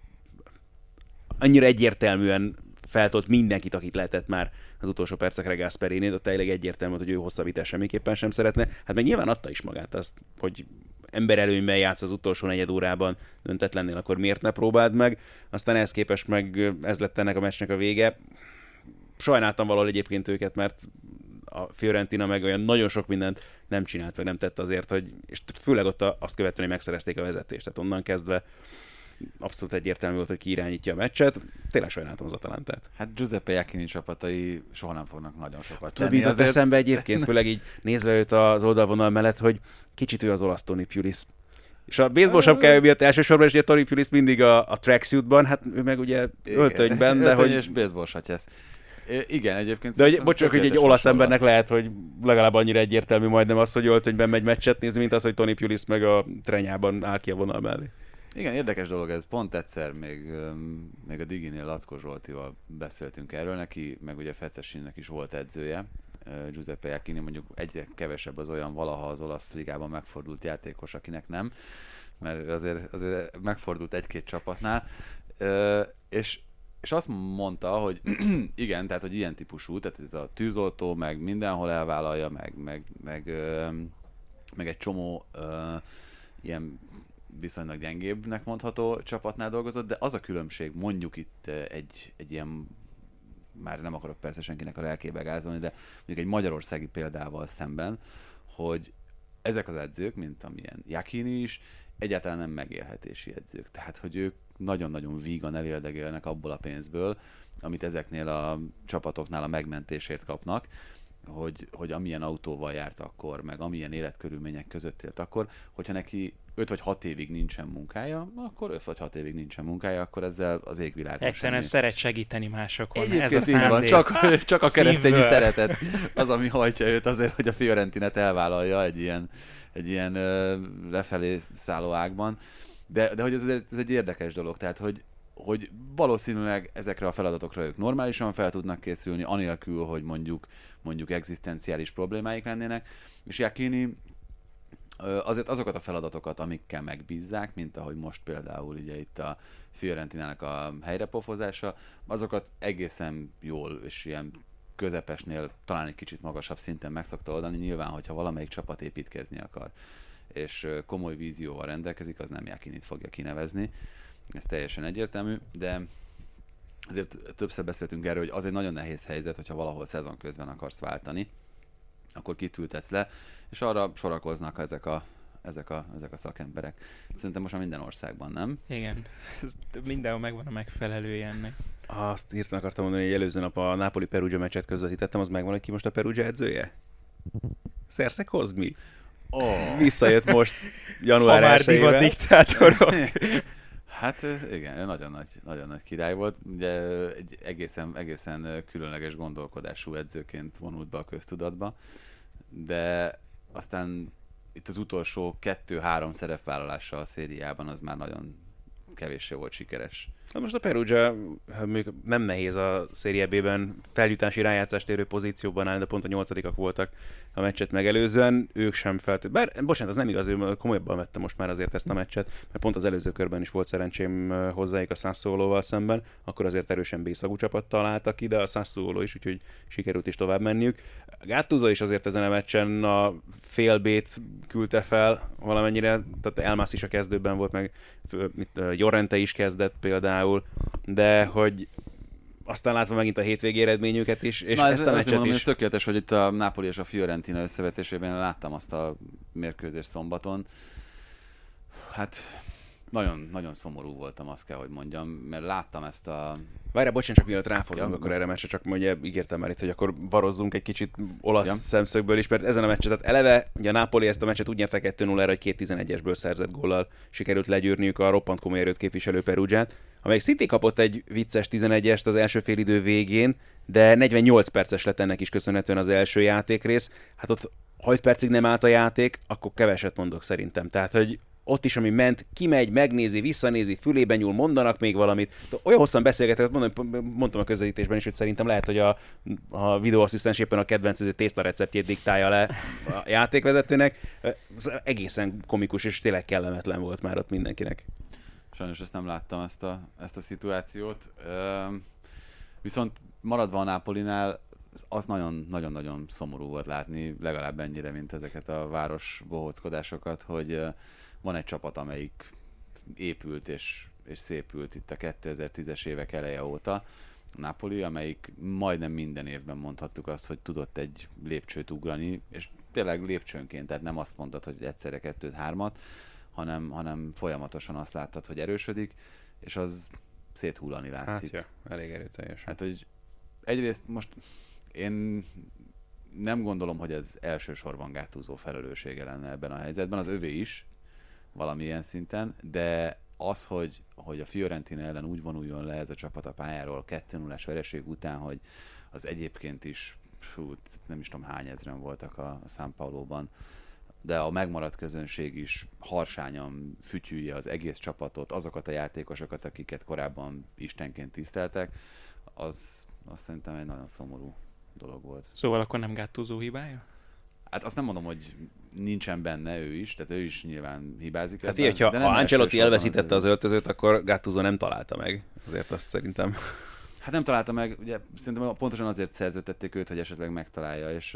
annyira egyértelműen feltolt mindenkit, akit lehetett már az utolsó percekre Gasperini, de tényleg egyértelmű, hogy ő hosszabbítás semmiképpen sem szeretne. Hát meg nyilván adta is magát azt, hogy emberelőnyben játsz az utolsó negyed órában döntetlennél, akkor miért ne próbáld meg? Aztán ehhez képest meg ez lett ennek a meccsnek a vége. Sajnáltam valahol egyébként őket, mert a Fiorentina meg olyan nagyon sok mindent nem csinált, vagy nem tett azért, hogy, és főleg ott azt követően, hogy megszerezték a vezetést, tehát onnan kezdve abszolút egyértelmű volt, hogy ki irányítja a meccset. Tényleg sajnáltam az Atalantát. Hát Giuseppe Jacchini csapatai soha nem fognak nagyon sokat tenni. Tudod, azért... eszembe egyébként, főleg így nézve őt az oldalvonal mellett, hogy kicsit ő az olasz Tony Pulis. És a baseball sapkája miatt elsősorban, és ugye Tony Pulis mindig a tracksuitban, hát ő meg ugye öltönyben, de hogy... és baseball satyász. Igen, egyébként... De hogy, bocsánat, hogy egy olasz embernek lehet, hogy legalább annyira egyértelmű majdnem az, hogy öltönyben megy meccset nézni, mint az, hogy Tony Pulis meg a trenyában áll ki a vonal mellé. Igen, érdekes dolog ez. Pont egyszer még a Diginél Lackó Zsoltival beszéltünk erről, neki, meg ugye Fecesinnek is volt edzője. Giuseppe Jacchini mondjuk egyre kevesebb az olyan valaha az olasz ligában megfordult játékos, akinek nem, mert azért megfordult egy-két csapatnál. És azt mondta, hogy igen, tehát hogy ilyen típusú, tehát ez a tűzoltó, meg mindenhol elvállalja, meg egy csomó ilyen viszonylag gyengébbnek mondható csapatnál dolgozott, de az a különbség, mondjuk itt egy ilyen, már nem akarok persze senkinek a lelkébe gázolni, de mondjuk egy magyarországi példával szemben, hogy ezek az edzők, mint amilyen Jacchini is, egyáltalán nem megélhetési edzők. Tehát, hogy ők nagyon-nagyon vígan eléldegélnek abból a pénzből, amit ezeknél a csapatoknál a megmentésért kapnak, hogy amilyen autóval járt akkor, meg amilyen életkörülmények között élt akkor, hogyha neki 5 vagy 6 évig nincsen munkája, akkor 5 vagy 6 évig nincsen munkája, akkor ezzel az égvilágon egyszerűen szeret segíteni másokon. Egyébként ez a szándék. van, csak a keresztényi szeretet az, ami hajtja őt azért, hogy a Fiorentinát elvállalja egy ilyen lefelé szálló ágban. De hogy ez egy érdekes dolog, tehát hogy valószínűleg ezekre a feladatokra ők normálisan fel tudnak készülni, anélkül, hogy mondjuk egzisztenciális problémáik lennének, és Jacchini azért azokat a feladatokat, amikkel megbízzák, mint ahogy most például ugye itt a Fiorentinának a helyrepofozása, azokat egészen jól és ilyen közepesnél talán egy kicsit magasabb szinten meg szokta oldani. Nyilván, hogyha valamelyik csapat építkezni akar, és komoly vízióval rendelkezik, az nem Jacchinit fogja kinevezni. Ez teljesen egyértelmű, de azért többször beszéltünk erről, hogy az egy nagyon nehéz helyzet, hogyha valahol szezon közben akarsz váltani, akkor kit ültetsz le, és arra sorakoznak ezek a szakemberek. Szerintem most már minden országban, nem? Igen, mindenhol megvan a megfelelője ennek. Azt írtam, akartam mondani, hogy előző nap a Napoli-Perugia meccset közvetítettem, az megvan, hogy ki most a Perugia edzője? Szerse Kozmi. Oh. Visszajött most január 1-ével. Ha már divat diktátorok. Hát igen, ő nagyon nagy király volt. Ugye egy egészen különleges gondolkodású edzőként vonult be a köztudatba, de aztán itt az utolsó 2-3 szerepvállalása a szériában az már nagyon kevéssé volt sikeres. Na most a Perugia nem nehéz a Serie B-ben feljutási rájátszást érő pozícióban állni, de pont a 8-ak voltak a meccset megelőzően, ők sem bár, bocsánat, az nem igaz, ő komolyabban vette most már azért ezt a meccset, mert pont az előző körben is volt szerencsém hozzájuk a Sassuolóval szemben, akkor azért erősen B-szagú csapattal álltak ide, a Sassuolo is, úgyhogy sikerült is tovább menniük. Gattuso is azért ezen a meccsen a fél B-t küldte fel valamennyire, tehát Elmas is a kezdőben volt, meg Llorente is kezdett például, de hogy aztán látva megint a hétvégi eredményüket is, és ezt a meccset is. Ez tökéletes, hogy itt a Napoli és a Fiorentina összevetésében láttam azt a mérkőzést szombaton. Hát nagyon, nagyon szomorú voltam, azt kell, hogy mondjam, mert láttam ezt a... Várjál, bocsánat, csak mielőtt ráfordulunk akkor erre meccsre, csak ugye ígértem már itt, hogy akkor barozzunk egy kicsit olasz szemszögből is, mert ezen a meccset, tehát eleve ugye a Napoli ezt a meccset úgy nyerte 2-0-ra, hogy 2-11-esből szerzett góllal sikerült legyőrniük a roppant komoly erőt képviselő Perugiát, amelyik szintén kapott egy vicces 11-est az első félidő végén, de 48 perces lett ennek is köszönhetően az első játékrész. Hát ott, ha 5 percig nem állt a játék, akkor keveset mondok szerintem. Tehát, hogy ott is, ami ment, kimegy, megnézi, visszanézi, fülében nyúl, mondanak még valamit. Olyan hosszan beszélgetett, mondtam a közelítésben is, hogy szerintem lehet, hogy a videóasszisztens éppen a kedvenc tészta receptjét diktálja le a játékvezetőnek. Egészen komikus és tényleg kellemetlen volt már ott mindenkinek. Sajnos ezt nem láttam, ezt a szituációt. Viszont maradva a Nápolinál, az nagyon-nagyon szomorú volt látni, legalább ennyire, mint ezeket a város bohóckodásokat, hogy van egy csapat, amelyik épült és szépült itt a 2010-es évek eleje óta, a Napoli, amelyik majdnem minden évben mondhattuk azt, hogy tudott egy lépcsőt ugrani, és tényleg lépcsőnként, tehát nem azt mondtad, hogy egyszerre 2-3-at, hanem folyamatosan azt láttad, hogy erősödik, és az széthullani látszik. Hát ja, elég erőteljes. Hát, hogy egyrészt most én nem gondolom, hogy ez elsősorban Gattuso felelőssége lenne ebben a helyzetben, az övé is, valamilyen szinten, de az, hogy a Fiorentina ellen úgy vonuljon le ez a csapat a pályáról 2-0-es vereség után, hogy az egyébként is, nem is tudom hány ezren voltak a São Pauloban, de a megmaradt közönség is harsányan fütyülje az egész csapatot, azokat a játékosokat, akiket korábban istenként tiszteltek, az szerintem egy nagyon szomorú dolog volt. Szóval akkor nem Gattuso hibája? Hát azt nem mondom, hogy nincsen benne ő is, tehát ő is nyilván hibázik. Hát így, ha Ancelotti elveszítette az öltözőt, akkor Gattuso nem találta meg. Azért azt szerintem... Hát nem találta meg, ugye szerintem pontosan azért szerződtették őt, hogy esetleg megtalálja, és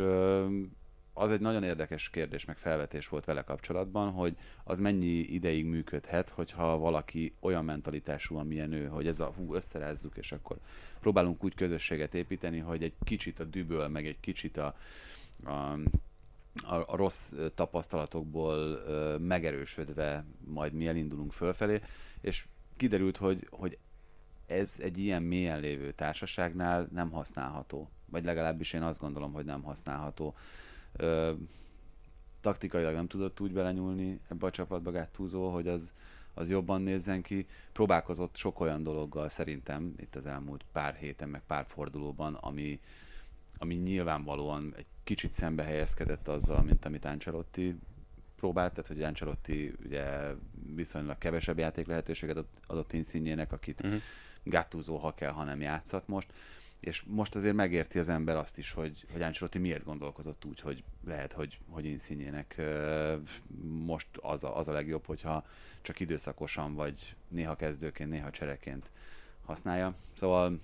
az egy nagyon érdekes kérdés, meg felvetés volt vele kapcsolatban, hogy az mennyi ideig működhet, hogyha valaki olyan mentalitású, amilyen ő, hogy ez a összerázzuk, és akkor próbálunk úgy közösséget építeni, hogy egy kicsit a düböl, meg egy kicsit a rossz tapasztalatokból megerősödve majd mi elindulunk fölfelé, és kiderült, hogy ez egy ilyen mélyen lévő társaságnál nem használható. Vagy legalábbis én azt gondolom, hogy nem használható. Taktikailag nem tudott úgy belenyúlni ebbe a csapatba Gattuso, hogy az jobban nézzen ki. Próbálkozott sok olyan dologgal szerintem itt az elmúlt pár héten, meg pár fordulóban, ami nyilvánvalóan egy kicsit szembe helyezkedett azzal, mint amit Ancelotti próbált, tehát hogy Ancelotti ugye viszonylag kevesebb játék lehetőséget adott Insignének, akit Gattuso ha kell, ha nem játszott most, és most azért megérti az ember azt is, hogy Ancelotti miért gondolkozott úgy, hogy lehet, hogy Insignének most az a legjobb, hogyha csak időszakosan, vagy néha kezdőként, néha csereként használja. Szóval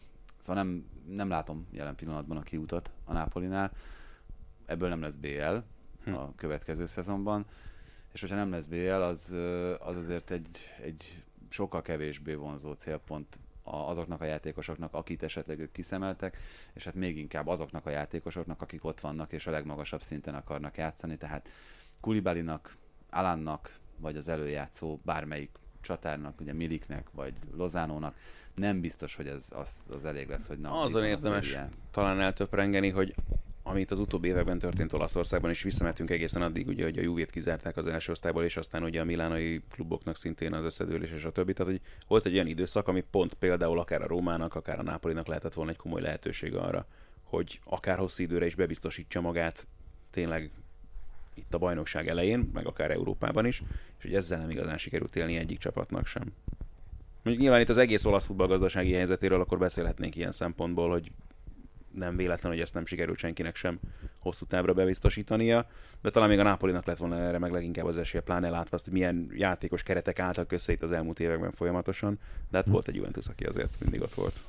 nem látom jelen pillanatban a kiutat a Napolinál. Ebből nem lesz BL a következő szezonban, és hogyha nem lesz BL, az azért egy sokkal kevésbé vonzó célpont azoknak a játékosoknak, akit esetleg ők kiszemeltek, és hát még inkább azoknak a játékosoknak, akik ott vannak, és a legmagasabb szinten akarnak játszani, tehát Koulibalynak, Alannak, vagy az előjátszó bármelyik csatárnak, ugye Miliknek, vagy Lozánónak, nem biztos, hogy az elég lesz, hogy azon érdemes talán eltöprengeni, hogy amit az utóbbi években történt Olaszországban, és visszamentünk egészen addig, ugye, hogy a Juvét kizárták az első osztályból, és aztán ugye a milánai kluboknak szintén az összedőlés és a többi. Tehát, hogy volt egy olyan időszak, ami pont például akár a Rómának, akár a Nápolinak lehetett volna egy komoly lehetőség arra, hogy akár hosszú időre is bebiztosítsa magát tényleg itt a bajnokság elején, meg akár Európában is, és hogy ezzel nem igazán sikerült élni egyik csapatnak sem. Mondjuk nyilván itt az egész olasz futballgazdasági helyzetéről akkor beszélhetnénk ilyen szempontból, hogy nem véletlen, hogy ezt nem sikerült senkinek sem hosszú távra bebiztosítania, de talán még a Napolinak lett volna erre meg leginkább az esélye, pláne látva azt, hogy milyen játékos keretek álltak össze itt az elmúlt években folyamatosan, de hát volt egy Juventus, aki azért mindig ott volt.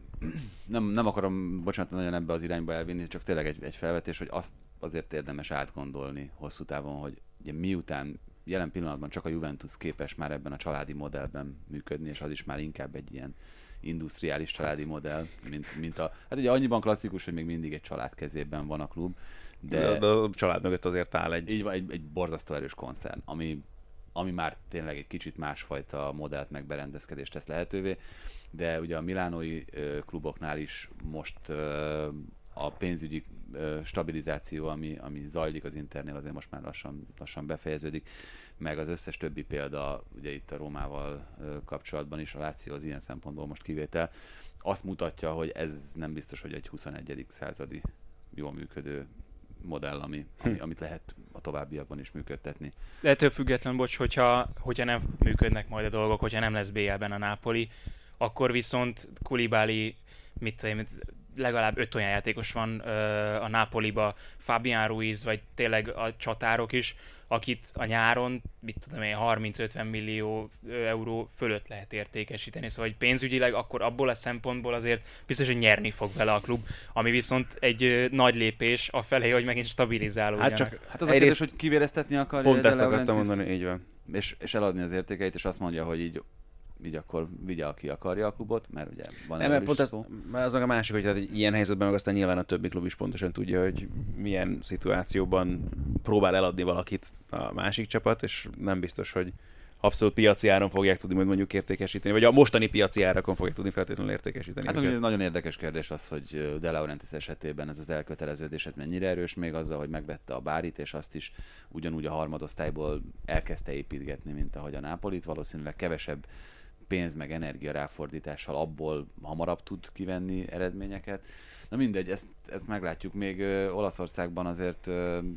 Nem akarom, bocsánat, nagyon ebbe az irányba elvinni, csak tényleg egy felvetés, hogy azt azért érdemes átgondolni hosszú távon, hogy ugye miután jelen pillanatban csak a Juventus képes már ebben a családi modellben működni, és az is már inkább egy ilyen industriális családi modell, mint a... Hát ugye annyiban klasszikus, hogy még mindig egy család kezében van a klub, de a család mögött azért áll egy borzasztó erős koncern, ami ami már tényleg egy kicsit másfajta modellt meg berendezkedést tesz lehetővé, de ugye a milánói kluboknál is most a pénzügyi stabilizáció, ami zajlik az Internél, azért most már lassan befejeződik, meg az összes többi példa, ugye itt a Rómával kapcsolatban is, a Lazio az ilyen szempontból most kivétel, azt mutatja, hogy ez nem biztos, hogy egy 21. századi jól működő modell, amit lehet a továbbiakban is működtetni. De ettől független, bocs, hogyha nem működnek majd a dolgok, hogyha nem lesz BL-ben a Napoli, akkor viszont Koulibaly, legalább 5 olyan játékos van a Napoliba, Fabián Ruiz, vagy tényleg a csatárok is, akit a nyáron, 30-50 millió euró fölött lehet értékesíteni. Szóval hogy pénzügyileg akkor abból a szempontból azért biztos, hogy nyerni fog vele a klub, ami viszont egy nagy lépés afelé, hogy megint stabilizálódjanak. Hát az a kérdés, hogy kivéreztetni akarja. Pont ezt akartam mondani, így van. És eladni az értékeit, és azt mondja, hogy így akkor vigye, aki akarja a klubot, mert ugye van erről is pont szó. Az a másik, hogy tehát ilyen helyzetben meg aztán nyilván a többi klub is pontosan tudja, hogy milyen szituációban próbál eladni valakit a másik csapat, és nem biztos, hogy abszolút piaci áron fogják tudni majd mondjuk értékesíteni, vagy a mostani piaci árakon fogják tudni feltétlenül értékesíteni. Hát ugye nagyon érdekes kérdés az, hogy De Laurentiis esetében ez az elköteleződés, ez mennyire erős, még azzal, hogy megvette a Bárit, és azt is ugyanúgy a harmadosztályból elkezdte építgetni, mint ahogy a Nápolit, valószínűleg kevesebb pénz meg energia ráfordítással abból hamarabb tud kivenni eredményeket. Na mindegy, ezt meglátjuk. Még Olaszországban azért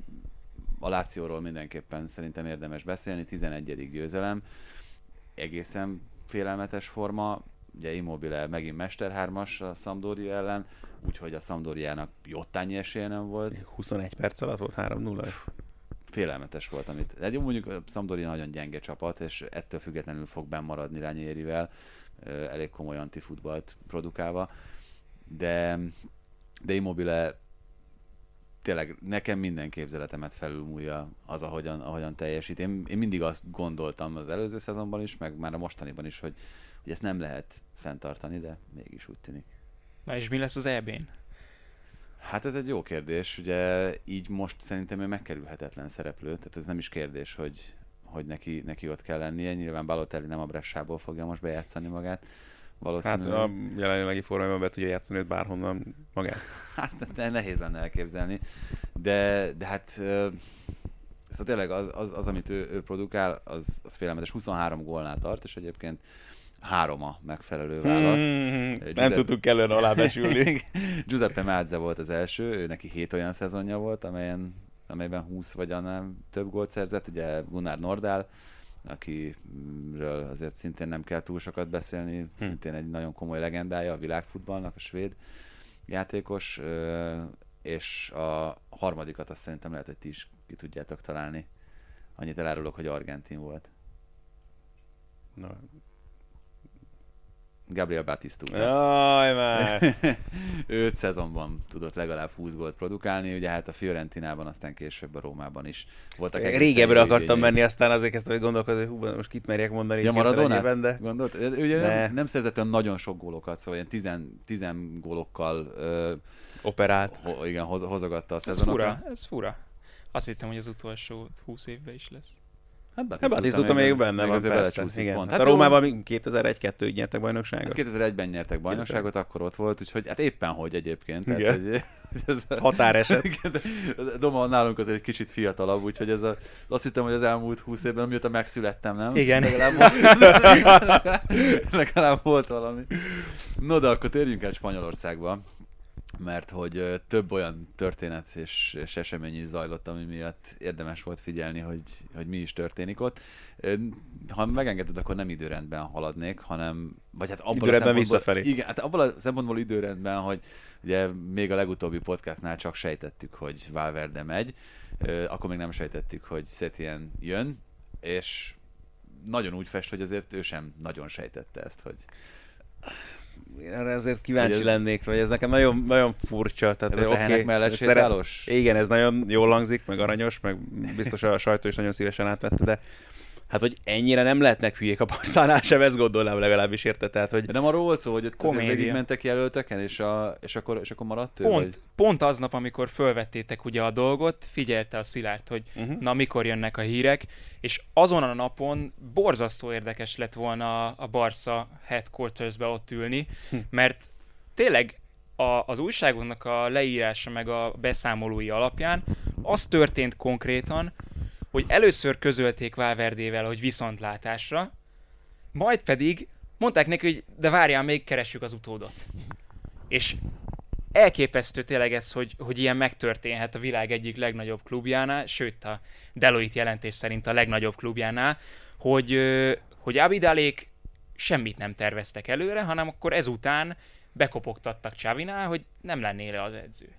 a Lációról mindenképpen szerintem érdemes beszélni. 11. győzelem, egészen félelmetes forma. Ugye Immobile megint mesterhármas a Sampdoria ellen, úgyhogy a Sampdoriának jottányi esélye nem volt. 21 perc alatt volt 3-0. Félelmetes volt, amit... De jó, mondjuk a Sampdoria nagyon gyenge csapat, és ettől függetlenül fog bennmaradni Ranierivel, elég komoly antifutballt produkálva, de Immobile tényleg nekem minden képzeletemet felülmúlja az, ahogyan teljesít. Én mindig azt gondoltam az előző szezonban is, meg már a mostaniban is, hogy ezt nem lehet fenntartani, de mégis úgy tűnik. Na és mi lesz az EB-n? Hát ez egy jó kérdés, ugye így most szerintem ő megkerülhetetlen szereplő, tehát ez nem is kérdés, hogy neki ott kell lennie. Nyilván Balotelli nem a Bressából fogja most bejátszani magát. Hát a jelenlegi formájában be tudja játszani őt bárhonnan magát. Hát nehéz lenne elképzelni, de hát szóval tényleg az amit ő produkál, az félelmetes. 23 gólnál tart, és egyébként 3 a megfelelő válasz. Nem tudtuk kellően alábesülni. Giuseppe Meazza volt az első, ő neki 7 olyan szezonja volt, amelyben 20 vagy annál több gólt szerzett. Ugye Gunnar Nordahl, akiről azért szintén nem kell túl sokat beszélni, szintén egy nagyon komoly legendája a világfutballnak, a svéd játékos, és a harmadikat azt szerintem lehet, hogy ti is ki tudjátok találni. Annyit elárulok, hogy argentin volt. No. Gabriel Batistuta. Jaj, már! 5 szezonban tudott legalább 20 gólt produkálni, ugye hát a Fiorentinában, aztán később a Rómában is voltak. Régebbre akartam menni, aztán azért kezdtem gondolkodni, hogy most kit merjek mondani. Ja, Maradonát? De... Gondolt? Ő ugye nem szerzett olyan nagyon sok gólokat, szóval ilyen 10 gólokkal operált. Igen, hozogatta a szezonokat. Ez fura. Azt hittem, hogy az utolsó 20 évben is lesz. Hát Batistuta még benne van, persze. Pont. Hát a Rómában 2001-2-ig nyertek bajnokságot. Hát 2001-ben nyertek bajnokságot, akkor ott volt, úgyhogy hát éppen hogy egyébként. Tehát, hogy határeset. Doma nálunk azért egy kicsit fiatalabb, úgyhogy azt hittem, hogy az elmúlt 20 évben, amióta megszülettem, nem? Igen. Legalább volt valami. No, de akkor térjünk át Spanyolországba, mert hogy több olyan történet és esemény is zajlott, ami miatt érdemes volt figyelni, hogy mi is történik ott. Ha megengeded, akkor nem időrendben haladnék, hanem... Vagy hát abban időrendben visszafelé. Igen, hát abban a szempontból időrendben, hogy ugye még a legutóbbi podcastnál csak sejtettük, hogy Valverde megy, akkor még nem sejtettük, hogy Setien jön, és nagyon úgy fest, hogy azért ő sem nagyon sejtette ezt, hogy... Én erre azért kíváncsi lennék, vagy ez nekem nagyon, nagyon furcsa. Tehát, ez a tehenek mellett sétálós? Igen, ez nagyon jól hangzik, meg aranyos, meg biztos a sajtó is nagyon szívesen átvette, de Hát, hogy ennyire nem lehetnek hülyék a Barszánál sem, ezt gondolnám legalábbis, érte? Tehát, hogy... De nem arról volt szó, hogy ott Komédia. végigmentek jelölteken, és akkor maradt ő? Pont aznap, amikor fölvettétek ugye a dolgot, figyelte a Szilárd, hogy na mikor jönnek a hírek, és azon a napon borzasztó érdekes lett volna a Barca headquartersbe ott ülni, mert tényleg az újságoknak a leírása meg a beszámolói alapján az történt konkrétan, hogy először közölték Valverdével, hogy viszontlátásra, majd pedig mondták neki, hogy de várjál, még keressük az utódot. És elképesztő tényleg ez, hogy ilyen megtörténhet a világ egyik legnagyobb klubjánál, sőt a Deloitte jelentés szerint a legnagyobb klubjánál, hogy Abidalék semmit nem terveztek előre, hanem akkor ezután bekopogtattak Xavinál, hogy nem lennél az edző.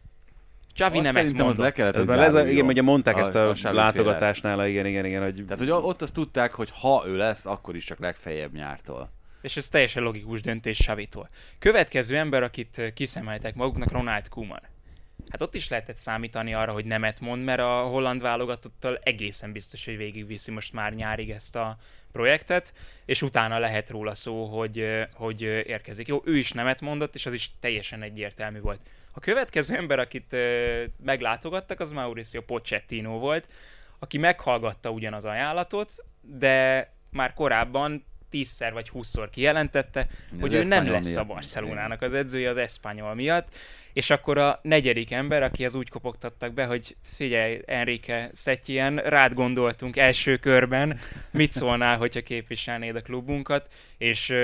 Xavi nemet mondott. Le kellett, hogy igen, ugye mondták ezt a Xavi látogatásnál, igen, hogy... Tehát, hogy ott azt tudták, hogy ha ő lesz, akkor is csak legfeljebb nyártól. És ez teljesen logikus döntés Xavitól. Következő ember, akit kiszemeltek maguknak, Ronald Koeman. Hát ott is lehetett számítani arra, hogy nemet mond, mert a holland válogatottal egészen biztos, hogy végigviszi most már nyárig ezt a projektet, és utána lehet róla szó, hogy érkezik. Jó, ő is nemet mondott, és az is teljesen egyértelmű volt. A következő ember, akit meglátogattak, az Mauricio Pochettino volt, aki meghallgatta ugyan az ajánlatot, de már korábban 10-szer vagy 20-szor kijelentette, hogy ő nem lesz a Barcelonának az edzője az Espanyol miatt, és akkor a negyedik ember, akihez úgy kopogtattak be, hogy figyelj, Enrique Setien, rád gondoltunk első körben, mit szólnál, hogyha képviselnéd a klubunkat, és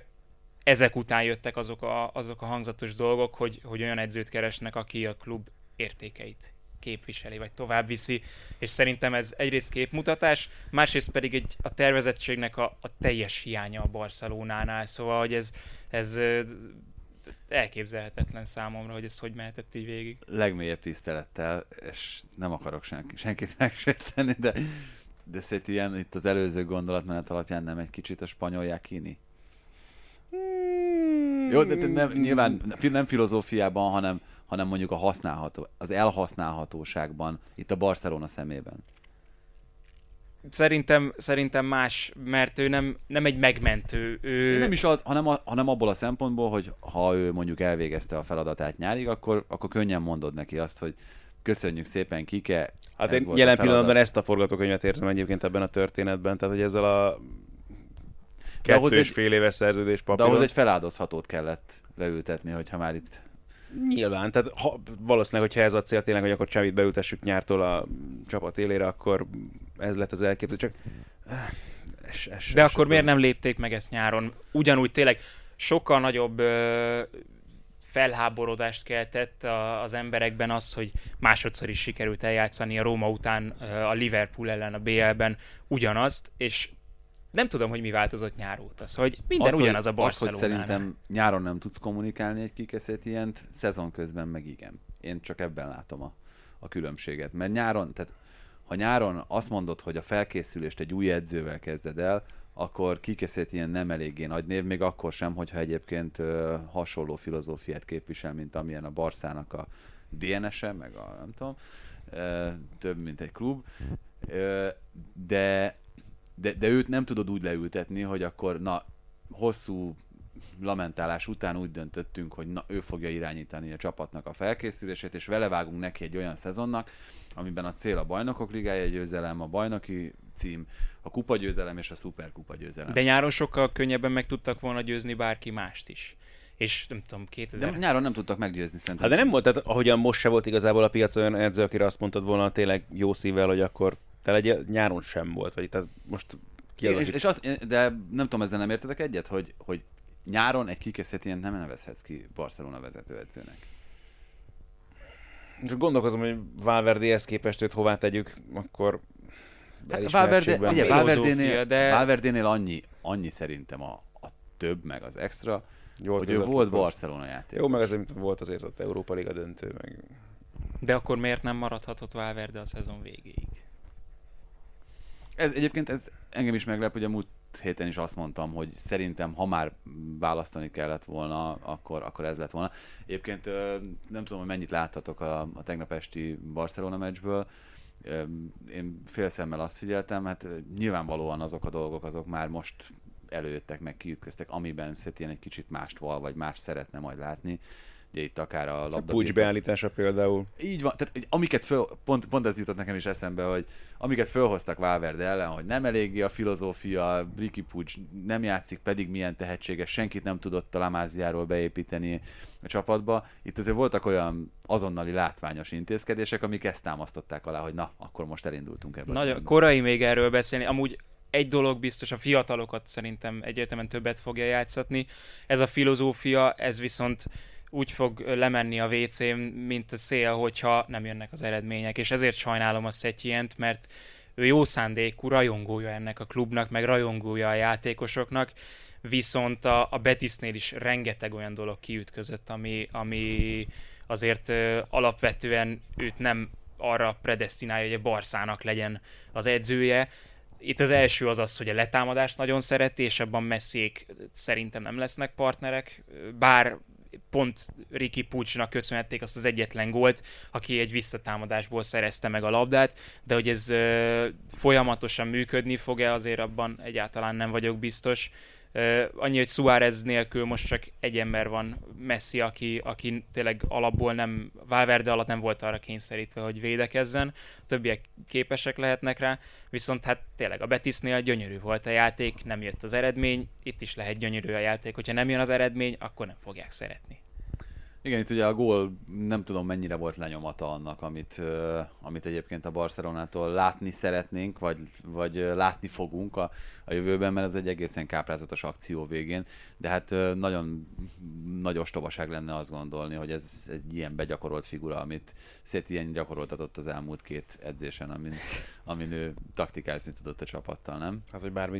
ezek után jöttek azok a hangzatos dolgok, hogy olyan edzőt keresnek, aki a klub értékeit képviseli, vagy tovább viszi, és szerintem ez egyrészt képmutatás, másrészt pedig a tervezettségnek a teljes hiánya a Barcelonánál, szóval, hogy ez elképzelhetetlen számomra, hogy ez hogy mehetett így végig. Legmélyebb tisztelettel, és nem akarok senkit megsérteni, de Setien itt az előző gondolatmenet alapján nem egy kicsit a spanyol Jacquini? Jó, de nyilván nem filozófiában, hanem mondjuk az elhasználhatóságban, itt a Barcelona szemében. Szerintem más, mert ő nem egy megmentő. Nem is az, hanem abból a szempontból, hogy ha ő mondjuk elvégezte a feladatát nyárig, akkor könnyen mondod neki azt, hogy köszönjük szépen, Kike. Hát én jelen pillanatban ezt a forgatókönyvet érzem egyébként ebben a történetben, tehát hogy ezzel a 2,5 éves szerződés papíron. De ahhoz egy feláldozhatót kellett leültetni, hogyha már itt... Nyilván, tehát valószínűleg, hogyha ez a cél tényleg, hogy akkor Xavit beültessük nyártól a csapat élére, akkor ez lett az elképzelés, csak... De akkor miért nem lépték meg ezt nyáron? Ugyanúgy tényleg sokkal nagyobb felháborodást keltett az emberekben az, hogy másodszor is sikerült eljátszani a Róma után a Liverpool ellen a BL-ben ugyanazt, és nem tudom, hogy mi változott nyár óta. Szóval, hogy minden ugyanaz a Barcelonánál. Hogy szerintem nyáron nem tudsz kommunikálni egy Kike ilyent, szezon közben meg igen. Én csak ebben látom a különbséget. Mert nyáron, tehát ha nyáron azt mondod, hogy a felkészülést egy új edzővel kezded el, akkor Kike Setien nem eléggé nagy név, még akkor sem, hogyha egyébként hasonló filozófiát képvisel, mint amilyen a Barszának a DNS-e, meg a nem tudom, több, mint egy klub. De őt nem tudod úgy leültetni, hogy akkor hosszú lamentálás után úgy döntöttünk, hogy ő fogja irányítani a csapatnak a felkészülését, és vele vágunk neki egy olyan szezonnak, amiben a cél a Bajnokok Ligája győzelem, a bajnoki cím, a kupagyőzelem és a szuperkupa győzelem. De nyáron sokkal könnyebben meg tudtak volna győzni bárki mást is. És nem tudom, 2000... De nyáron nem tudtak meggyőzni szerintem. Hát de nem volt, tehát ahogyan most se volt igazából a piac olyan edző, akire azt mondtad volna tényleg jó szívvel, hogy akkor te legyél, nyáron sem volt, vagy tehát most de nem tudom, ezzel nem értetek egyet, hogy nyáron egy Kike Setient nem nevezhetsz ki Barcelona vezetőedzőnek. Csak gondolkozom, hogy Valverdéhez képest őt hová tegyük, akkor Valverdénél annyi szerintem a több, meg az extra, hogy ő volt Barcelona játék. Jó, meg azért volt azért ott Európa Liga döntő, meg... De akkor miért nem maradhatott Valverde a szezon végéig? Egyébként engem is meglep, hogy a múlt héten is azt mondtam, hogy szerintem, ha már választani kellett volna, akkor ez lett volna. Egyébként nem tudom, hogy mennyit láttatok a tegnap esti Barcelona meccsből. Én félszemmel azt figyeltem, hát nyilvánvalóan azok a dolgok, azok már most előjöttek, meg kiütköztek, amiben Setien egy kicsit mást val, vagy más szeretne majd látni. Ugye itt akár a labda... Pucs beállítása például. Így van, tehát amiket pont ez jutott nekem is eszembe, hogy amiket fölhoztak Valverde ellen, hogy nem eléggé a filozófia, Riqui Puig nem játszik, pedig milyen tehetséges, senkit nem tudott a La Masiáról beépíteni a csapatba. Itt azért voltak olyan azonnali látványos intézkedések, amik ezt támasztották alá, hogy na, akkor most elindultunk ebbe. Nagyon korai még erről beszélni. Amúgy egy dolog biztos, a fiatalokat szerintem egyértelműen többet fogja játszatni. Ez a filozófia, ez viszont úgy fog lemenni a WC-n, mint a szél, hogyha nem jönnek az eredmények. És ezért sajnálom a Setient, mert ő jó szándékú rajongója ennek a klubnak, meg rajongója a játékosoknak, viszont a Betisnél is rengeteg olyan dolog kiütközött, ami azért alapvetően őt nem arra predesztinálja, hogy a Barszának legyen az edzője. Itt az első az, hogy a letámadást nagyon szereti, és abban Messiék szerintem nem lesznek partnerek, bár pont Riqui Puignak köszönhették azt az egyetlen gólt, aki egy visszatámadásból szerezte meg a labdát, de hogy ez folyamatosan működni fog-e, azért abban egyáltalán nem vagyok biztos. Annyi, hogy Suárez nélkül most csak egy ember van, Messi, aki tényleg alapból nem, Valverde alatt nem volt arra kényszerítve, hogy védekezzen, többiek képesek lehetnek rá, viszont hát tényleg a Betisnél gyönyörű volt a játék, nem jött az eredmény, itt is lehet gyönyörű a játék, hogyha nem jön az eredmény, akkor nem fogják szeretni. Igen, itt ugye a gól nem tudom mennyire volt lenyomata annak, amit egyébként a Barcelonától látni szeretnénk, vagy látni fogunk a jövőben, mert ez egy egészen káprázatos akció végén, de hát nagyon nagy ostobaság lenne azt gondolni, hogy ez egy ilyen begyakorolt figura, amit Setien gyakoroltatott az elmúlt 2 edzésen, amin ő taktikázni tudott a csapattal, nem? Hát, hogy bármi...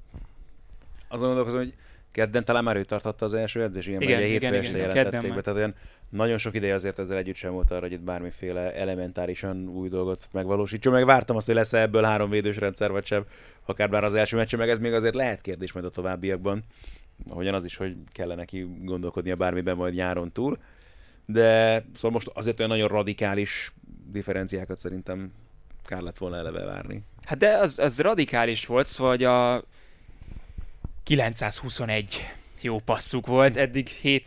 Azon gondolkozom, hogy kedden talán már ő tartotta az első edzés, ilyen igen, hétfő este jelentették be, tehát olyan nagyon sok ideje azért ezzel együtt sem volt arra, hogy itt bármiféle elementárisan új dolgot megvalósítson. Meg vártam azt, hogy lesz ebből 3 védős rendszer, vagy sem, akár bár az első meccsen, meg ez még azért lehet kérdés majd a továbbiakban. Ahogyan az is, hogy kellene neki gondolkodnia bármiben majd nyáron túl. De szóval most azért olyan nagyon radikális differenciákat szerintem kár lett volna eleve várni. Hát de az radikális volt, szóval hogy a 921 jó passzuk volt, eddig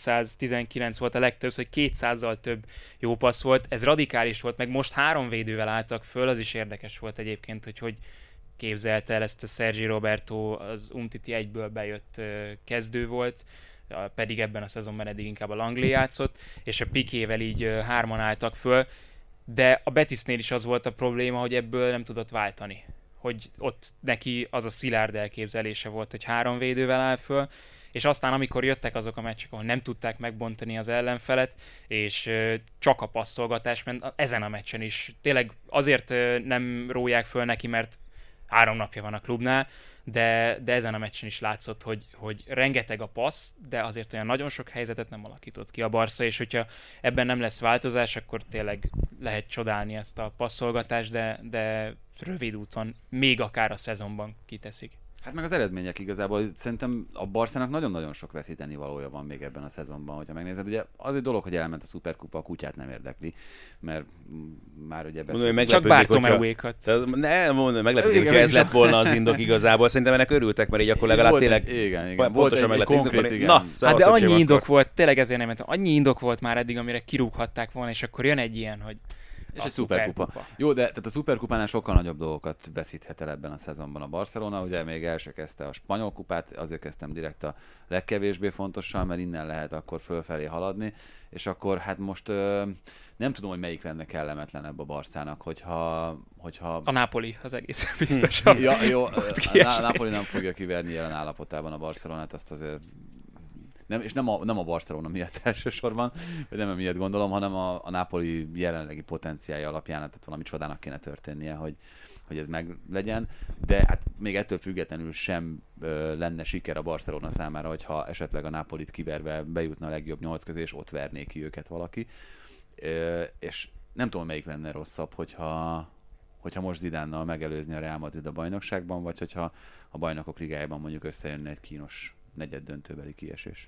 719 volt a legtöbb, hogy 200-zal több jó passz volt, ez radikális volt, meg most 3 védővel álltak föl, az is érdekes volt egyébként, hogy képzelte el ezt a Sergi Roberto, az Umtiti egyből bejött kezdő volt, pedig ebben a szezonban eddig inkább a Langley játszott, és a Piquével így 3-an álltak föl, de a Betisnél is az volt a probléma, hogy ebből nem tudott váltani. Hogy ott neki az a szilárd elképzelése volt, hogy 3 védővel áll föl, és aztán amikor jöttek azok a meccsek, ahol nem tudták megbontani az ellenfelet, és csak a passzolgatás ment, ezen a meccsen is. Tényleg azért nem róják föl neki, mert 3 napja van a klubnál, de ezen a meccsen is látszott, hogy rengeteg a passz, de azért olyan nagyon sok helyzetet nem alakított ki a Barca, és hogyha ebben nem lesz változás, akkor tényleg lehet csodálni ezt a passzolgatást, de rövid úton, még akár a szezonban kiteszik. Hát meg az eredmények igazából, szerintem a Barszának nagyon-nagyon sok veszíteni valója van még ebben a szezonban, hogyha megnézed. Ugye az egy dolog, hogy elment a Szuperkupa, a kutyát nem érdekli, mert már ugye beszélünk. Csak Bartomeuékat. Meglepődik, hogyha ez lett volna az indok igazából. Szerintem ennek örültek, mert így akkor legalább tényleg igen. Volt egy konkrét, igen. Na, hát de annyi indok volt, tényleg ezért nem mentem. Annyi indok volt már eddig, amire kirúghatták volna, és akkor jön egy ilyen, hogy és egy szuperkupa. Jó, de tehát a szuperkupánál sokkal nagyobb dolgokat veszíthet el ebben a szezonban a Barcelona. Ugye még el se kezdte a spanyol kupát, azért kezdtem direkt a legkevésbé fontossal, mert innen lehet akkor fölfelé haladni, és akkor hát most nem tudom, hogy melyik lenne kellemetlenebb a Barszának, hogyha... A Napoli az egész biztosan. Jó, a Napoli nem fogja kiverni jelen állapotában a Barcelonát, azt azért... Nem a Barcelona miatt elsősorban, vagy nem emiatt gondolom, hanem a Napoli jelenlegi potenciálja alapján, tehát valami csodának kéne történnie, hogy ez meg legyen, de hát még ettől függetlenül sem lenne siker a Barcelona számára, hogyha esetleg a Napolit kiverve bejutna a legjobb 8 közé, és ott verné ki őket valaki. És nem tudom, melyik lenne rosszabb, hogyha most Zidánnal megelőzni a Real Madrid a bajnokságban, vagy hogyha a bajnokok ligájában mondjuk összejönne egy kínos negyeddöntőbeli kiesés.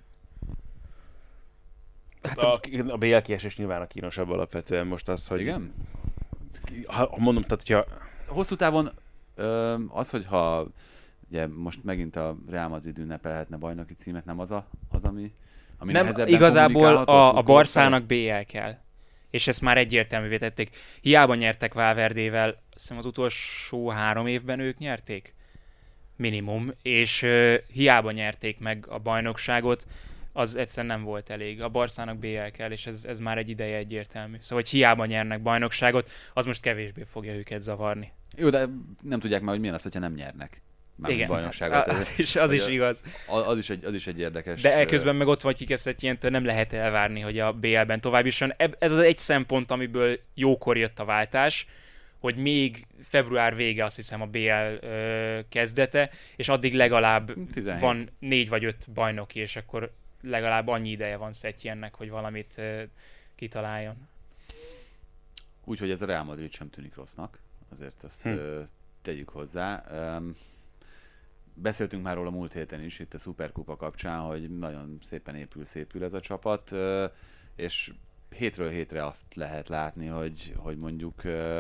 Hát a BL kiesés nyilván a kínosabb alapvetően most az, hogy... Igen? mondom, tehát hogyha... Hosszú távon az, hogyha ugye most megint a Real Madrid ünnepelhetne bajnoki címet, nem az, ami Nem, nehezebben igazából kommunikálható a Barszának BL kell. És ezt már egyértelművé tették. Hiába nyertek Valverdével, azt hiszem az utolsó 3 évben ők nyerték. Minimum. És hiába nyerték meg a bajnokságot, az egyszerűen nem volt elég. A Barszának BL kell, és ez már egy ideje egyértelmű. Szóval, hogy hiába nyernek bajnokságot, az most kevésbé fogja őket zavarni. Jó, de nem tudják már, hogy milyen az, hogyha nem nyernek. Igen, bajnokságot. az is igaz. Az is egy érdekes... De eközben meg ott vagy Kikeszett ilyentől nem lehet elvárni, hogy a BL-ben tovább jusson. Ez az egy szempont, amiből jókor jött a váltás, hogy még február vége, azt hiszem, a BL kezdete, és addig legalább 17. van 4 vagy 5 bajnoki, és akkor legalább annyi ideje van Setyennek, hogy valamit kitaláljon. Úgyhogy ez a Real Madrid sem tűnik rossznak, azért azt tegyük hozzá. Beszéltünk már róla múlt héten is, itt a Superkupa kapcsán, hogy nagyon szépen szépül ez a csapat, és hétről hétre azt lehet látni, hogy mondjuk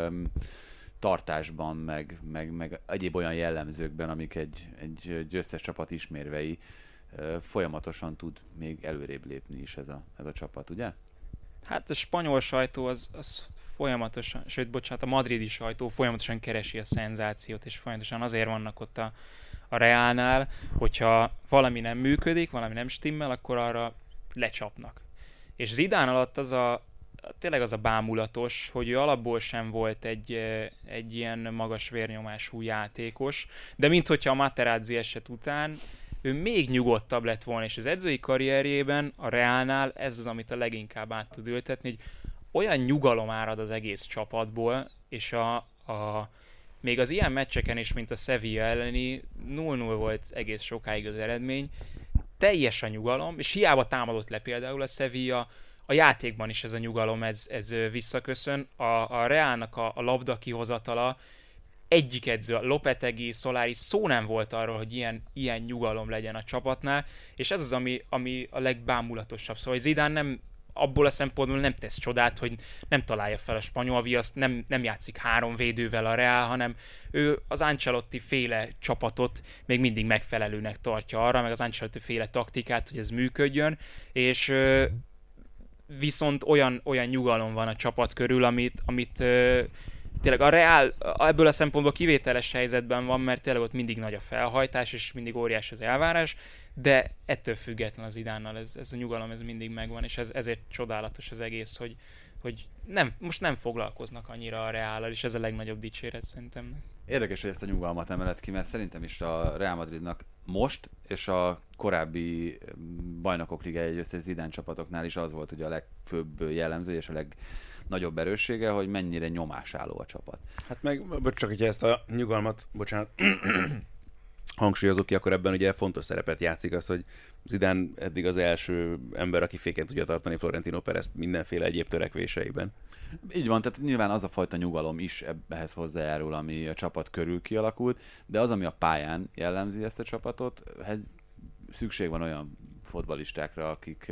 tartásban, meg egyéb olyan jellemzőkben, amik egy győztes csapat ismérvei, folyamatosan tud még előrébb lépni is ez a csapat, ugye? Hát a spanyol sajtó az folyamatosan, sőt, bocsánat, a madridi sajtó folyamatosan keresi a szenzációt, és folyamatosan azért vannak ott a Realnál, hogyha valami nem működik, valami nem stimmel, akkor arra lecsapnak. És Zidane alatt tényleg az a bámulatos, hogy ő alapból sem volt egy ilyen magas vérnyomású játékos, de minthogyha a Materazzi eset után ő még nyugodtabb lett volna, és az edzői karrierjében a Realnál ez az, amit a leginkább át tud ültetni, hogy olyan nyugalom árad az egész csapatból, és még az ilyen meccseken is, mint a Sevilla elleni, 0-0 volt egész sokáig az eredmény, teljes a nyugalom, és hiába támadott le például a Sevilla, a játékban is ez a nyugalom, ez visszaköszön. A Realnak a labda kihozatala, egyik edző, Lopetegui, Solari szó nem volt arról, hogy ilyen nyugalom legyen a csapatnál, és ez az, ami a legbámulatosabb. Szóval Zidane nem, abból a szempontból nem tesz csodát, hogy nem találja fel a spanyol viaszt, nem játszik 3 védővel a Real, hanem ő az Ancelotti féle csapatot még mindig megfelelőnek tartja arra, meg az Ancelotti féle taktikát, hogy ez működjön, és viszont olyan nyugalom van a csapat körül, amit tényleg a Real ebből a szempontból kivételes helyzetben van, mert tényleg ott mindig nagy a felhajtás, és mindig óriás az elvárás, de ettől független az Zidánnal ez a nyugalom ez mindig megvan, és ezért csodálatos az egész, hogy most nem foglalkoznak annyira a Reállal, és ez a legnagyobb dicséret szerintem. Érdekes, hogy ezt a nyugalmat emeled ki, mert szerintem is a Real Madridnak most, és a korábbi bajnokok ligája győztes Zidane csapatoknál is az volt ugye a legfőbb jellemző, és a legnagyobb erőssége, hogy mennyire nyomásálló a csapat. Hát meg, csak hogyha ezt a nyugalmat, bocsánat, hangsúlyozok ki, akkor ebben ugye fontos szerepet játszik az, hogy Zidane eddig az első ember, aki féken tudja tartani Florentino Perezt mindenféle egyéb törekvéseiben. Így van, tehát nyilván az a fajta nyugalom is ehhez hozzájárul, ami a csapat körül kialakult, de az, ami a pályán jellemzi ezt a csapatot, ehhez szükség van olyan fotballistákra,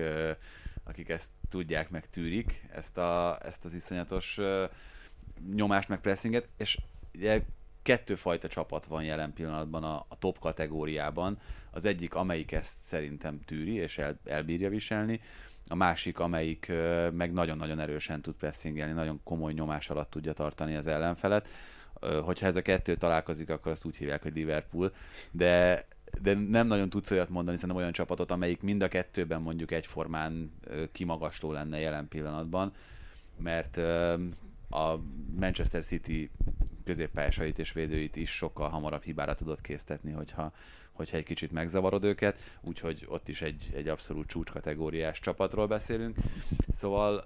akik ezt tudják, meg tűrik, ezt az iszonyatos nyomást, meg pressinget, és ugye 2 fajta csapat van jelen pillanatban a top kategóriában. Az egyik, amelyik ezt szerintem tűri, és elbírja viselni, a másik, amelyik meg nagyon-nagyon erősen tud pressingelni, nagyon komoly nyomás alatt tudja tartani az ellenfelet. Hogyha ez a 2 találkozik, akkor azt úgy hívják, hogy Liverpool, de nem nagyon tudsz olyat mondani, szerintem olyan csapatot, amelyik mind a 2-ben mondjuk egyformán kimagasló lenne jelen pillanatban, mert a Manchester City középpályásait és védőit is sokkal hamarabb hibára tudott késztetni, hogyha egy kicsit megzavarod őket, úgyhogy ott is egy abszolút csúcskategóriás csapatról beszélünk. Szóval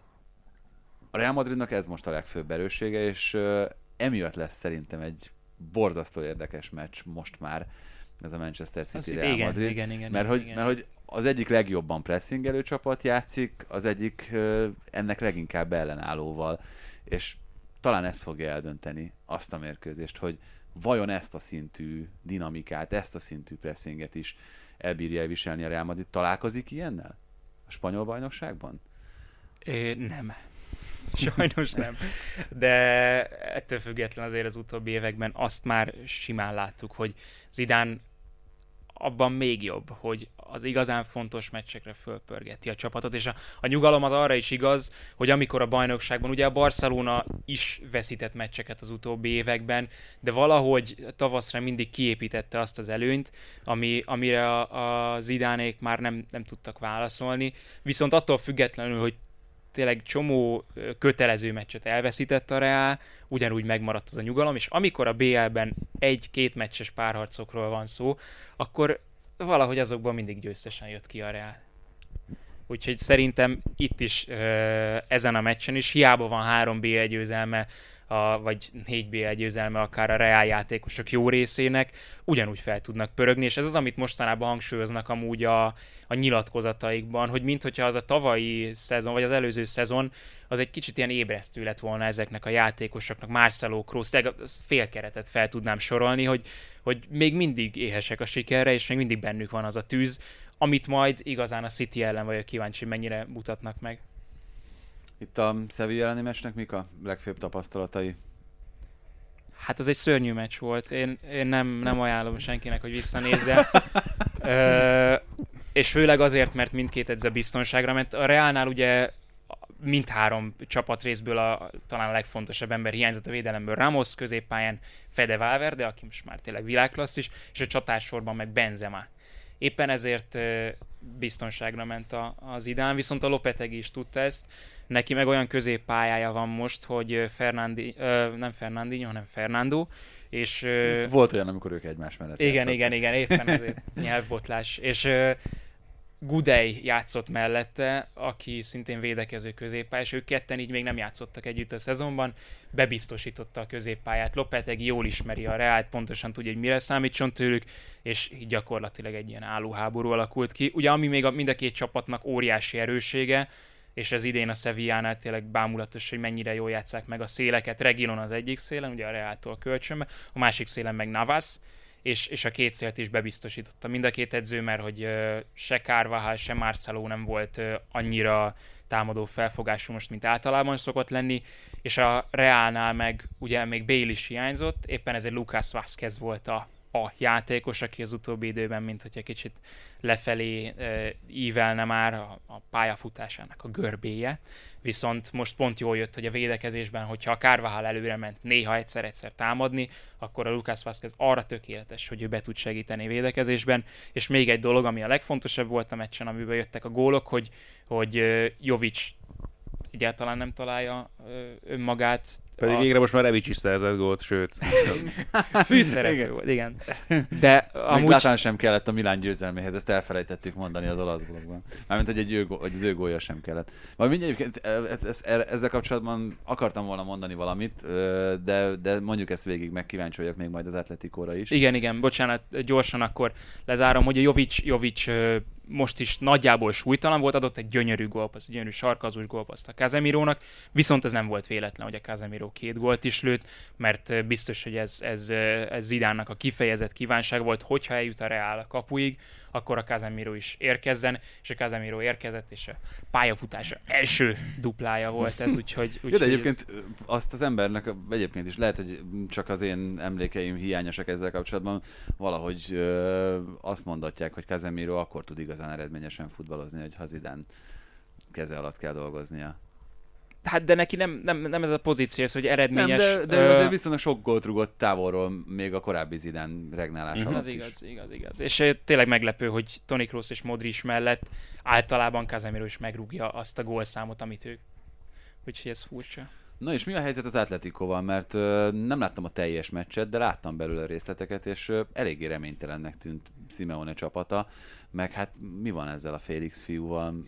a Real Madridnak ez most a legfőbb erőssége, és emiatt lesz szerintem egy borzasztó érdekes meccs most már, ez a Manchester City Real Madrid, igen, mert hogy az egyik legjobban pressingelő csapat játszik, az egyik ennek leginkább ellenállóval, és talán ez fogja eldönteni azt a mérkőzést, hogy vajon ezt a szintű dinamikát, ezt a szintű pressinget is elbírja viselni a Real Madrid. Találkozik ilyennel a spanyol bajnokságban? Nem. Sajnos nem. De ettől független azért az utóbbi években azt már simán láttuk, hogy Zidane abban még jobb, hogy az igazán fontos meccsekre fölpörgeti a csapatot, és a nyugalom az arra is igaz, hogy amikor a bajnokságban, ugye a Barcelona is veszített meccseket az utóbbi években, de valahogy tavaszra mindig kiépítette azt az előnyt, amire a Zidánék már nem tudtak válaszolni. Viszont attól függetlenül, hogy tényleg csomó kötelező meccset elveszített a Real, ugyanúgy megmaradt az a nyugalom, és amikor a BL-ben 1-2 meccses párharcokról van szó, akkor valahogy azokban mindig győztesen jött ki a Real. Úgyhogy szerintem itt is ezen a meccsen is hiába van 3 BL győzelme, vagy 4 BL győzelme akár a Real játékosok jó részének, ugyanúgy fel tudnak pörögni, és ez az, amit mostanában hangsúlyoznak amúgy a nyilatkozataikban, hogy minthogyha az a tavalyi szezon, vagy az előző szezon, az egy kicsit ilyen ébresztő lett volna ezeknek a játékosoknak, Marcelo, Kroos, félkeretet fel tudnám sorolni, hogy még mindig éhesek a sikerre, és még mindig bennük van az a tűz, amit majd igazán a City ellen vagyok kíváncsi, mennyire mutatnak meg. Itt a Sevilla elleni meccsnek mik a legfőbb tapasztalatai? Hát az egy szörnyű meccs volt. Én nem ajánlom senkinek, hogy visszanézze. És főleg azért, mert mindkét edző biztonságra, mert a Realnál ugye mindhárom csapatrészből talán a legfontosabb ember hiányzott a védelemből. Ramos középpályán, Fede Valverde, aki most már tényleg világklasszis, és a csatársorban meg Benzema. Éppen ezért biztonságra ment az Zidane, viszont a Lopetegui is tudta ezt. Neki meg olyan középpályája van most, hogy nem Fernandinho, hanem Fernando. És, volt olyan, amikor ők egymás mellett igen, éppen ezért nyelvbotlás. És Gudej játszott mellette, aki szintén védekező középpályás, ők ketten így még nem játszottak együtt a szezonban, bebiztosította a középpályát. Lopetegui jól ismeri a Reált, pontosan tudja, hogy mire számítson tőlük, és így gyakorlatilag egy ilyen állóháború alakult ki. Ugye ami még mind a két csapatnak óriási erőssége, és ez idén a Sevillánál tényleg bámulatos, hogy mennyire jól játsszák meg a széleket. Reguilón az egyik szélen, ugye a Reáltól kölcsönbe, a másik szélen meg Navas, és a két szélt is bebiztosította mind a két edző, mert hogy se Carvajal, se Marcelo nem volt annyira támadó felfogású most, mint általában szokott lenni, és a Reálnál meg ugye még Bale is hiányzott, éppen ezért Lucas Vázquez volt a játékos, aki az utóbbi időben, mint hogyha kicsit lefelé ívelne már a pályafutásának a görbéje. Viszont most pont jól jött, hogy a védekezésben, hogyha a Carvajal előre ment néha egyszer támadni, akkor a Lucas Vázquez arra tökéletes, hogy ő be tud segíteni védekezésben. És még egy dolog, ami a legfontosabb volt a meccsen, amiben jöttek a gólok, hogy Jovic egyáltalán nem találja önmagát. Pedig végre most már Rebic is szerzett gólt, sőt. Fűszerepő volt, igen. De amúgy... Látán sem kellett a Milán győzelméhez, ezt elfelejtettük mondani az olasz blogban. Mármint, hogy az ő gólja sem kellett. Majd mindjárt ezzel kapcsolatban akartam volna mondani valamit, de mondjuk ezt végig, meg kíváncsi vagyok még majd az Atleticóra is. Igen, bocsánat, gyorsan akkor lezárom, hogy a Jovic most is nagyjából súlytalan volt, adott egy gyönyörű gólpaszt, egy gyönyörű sarkazós gólpaszt a Casemirónak, viszont ez nem volt véletlen, hogy a Casemiro 2 gólt is lőtt, mert biztos, hogy ez Zidánnak a kifejezett kívánság volt, hogyha eljut a Real a kapuig, akkor a Casemiro is érkezzen, és a Casemiro érkezett, és a pályafutása első duplája volt ez, úgyhogy de egyébként azt az embernek egyébként is lehet, hogy csak az én emlékeim hiányosak ezzel kapcsolatban, valahogy azt mondatják, hogy Casemiro akkor tud igazán eredményesen futballozni, hogy Zidane keze alatt kell dolgoznia. Hát de neki nem ez a pozíció, ez, hogy eredményes... Nem, de azért viszonylag sok gólt rúgott távolról még a korábbi Zidane regnálás alatt igaz. És tényleg meglepő, hogy Toni Kroos és Modric mellett általában Casemiro is megrúgja azt a gólszámot, amit ők. Úgyhogy ez furcsa. Na és mi a helyzet az Atleticóval? Mert nem láttam a teljes meccset, de láttam belőle részleteket, és eléggé reménytelennek tűnt Simeone csapata, meg hát mi van ezzel a Félix fiúval,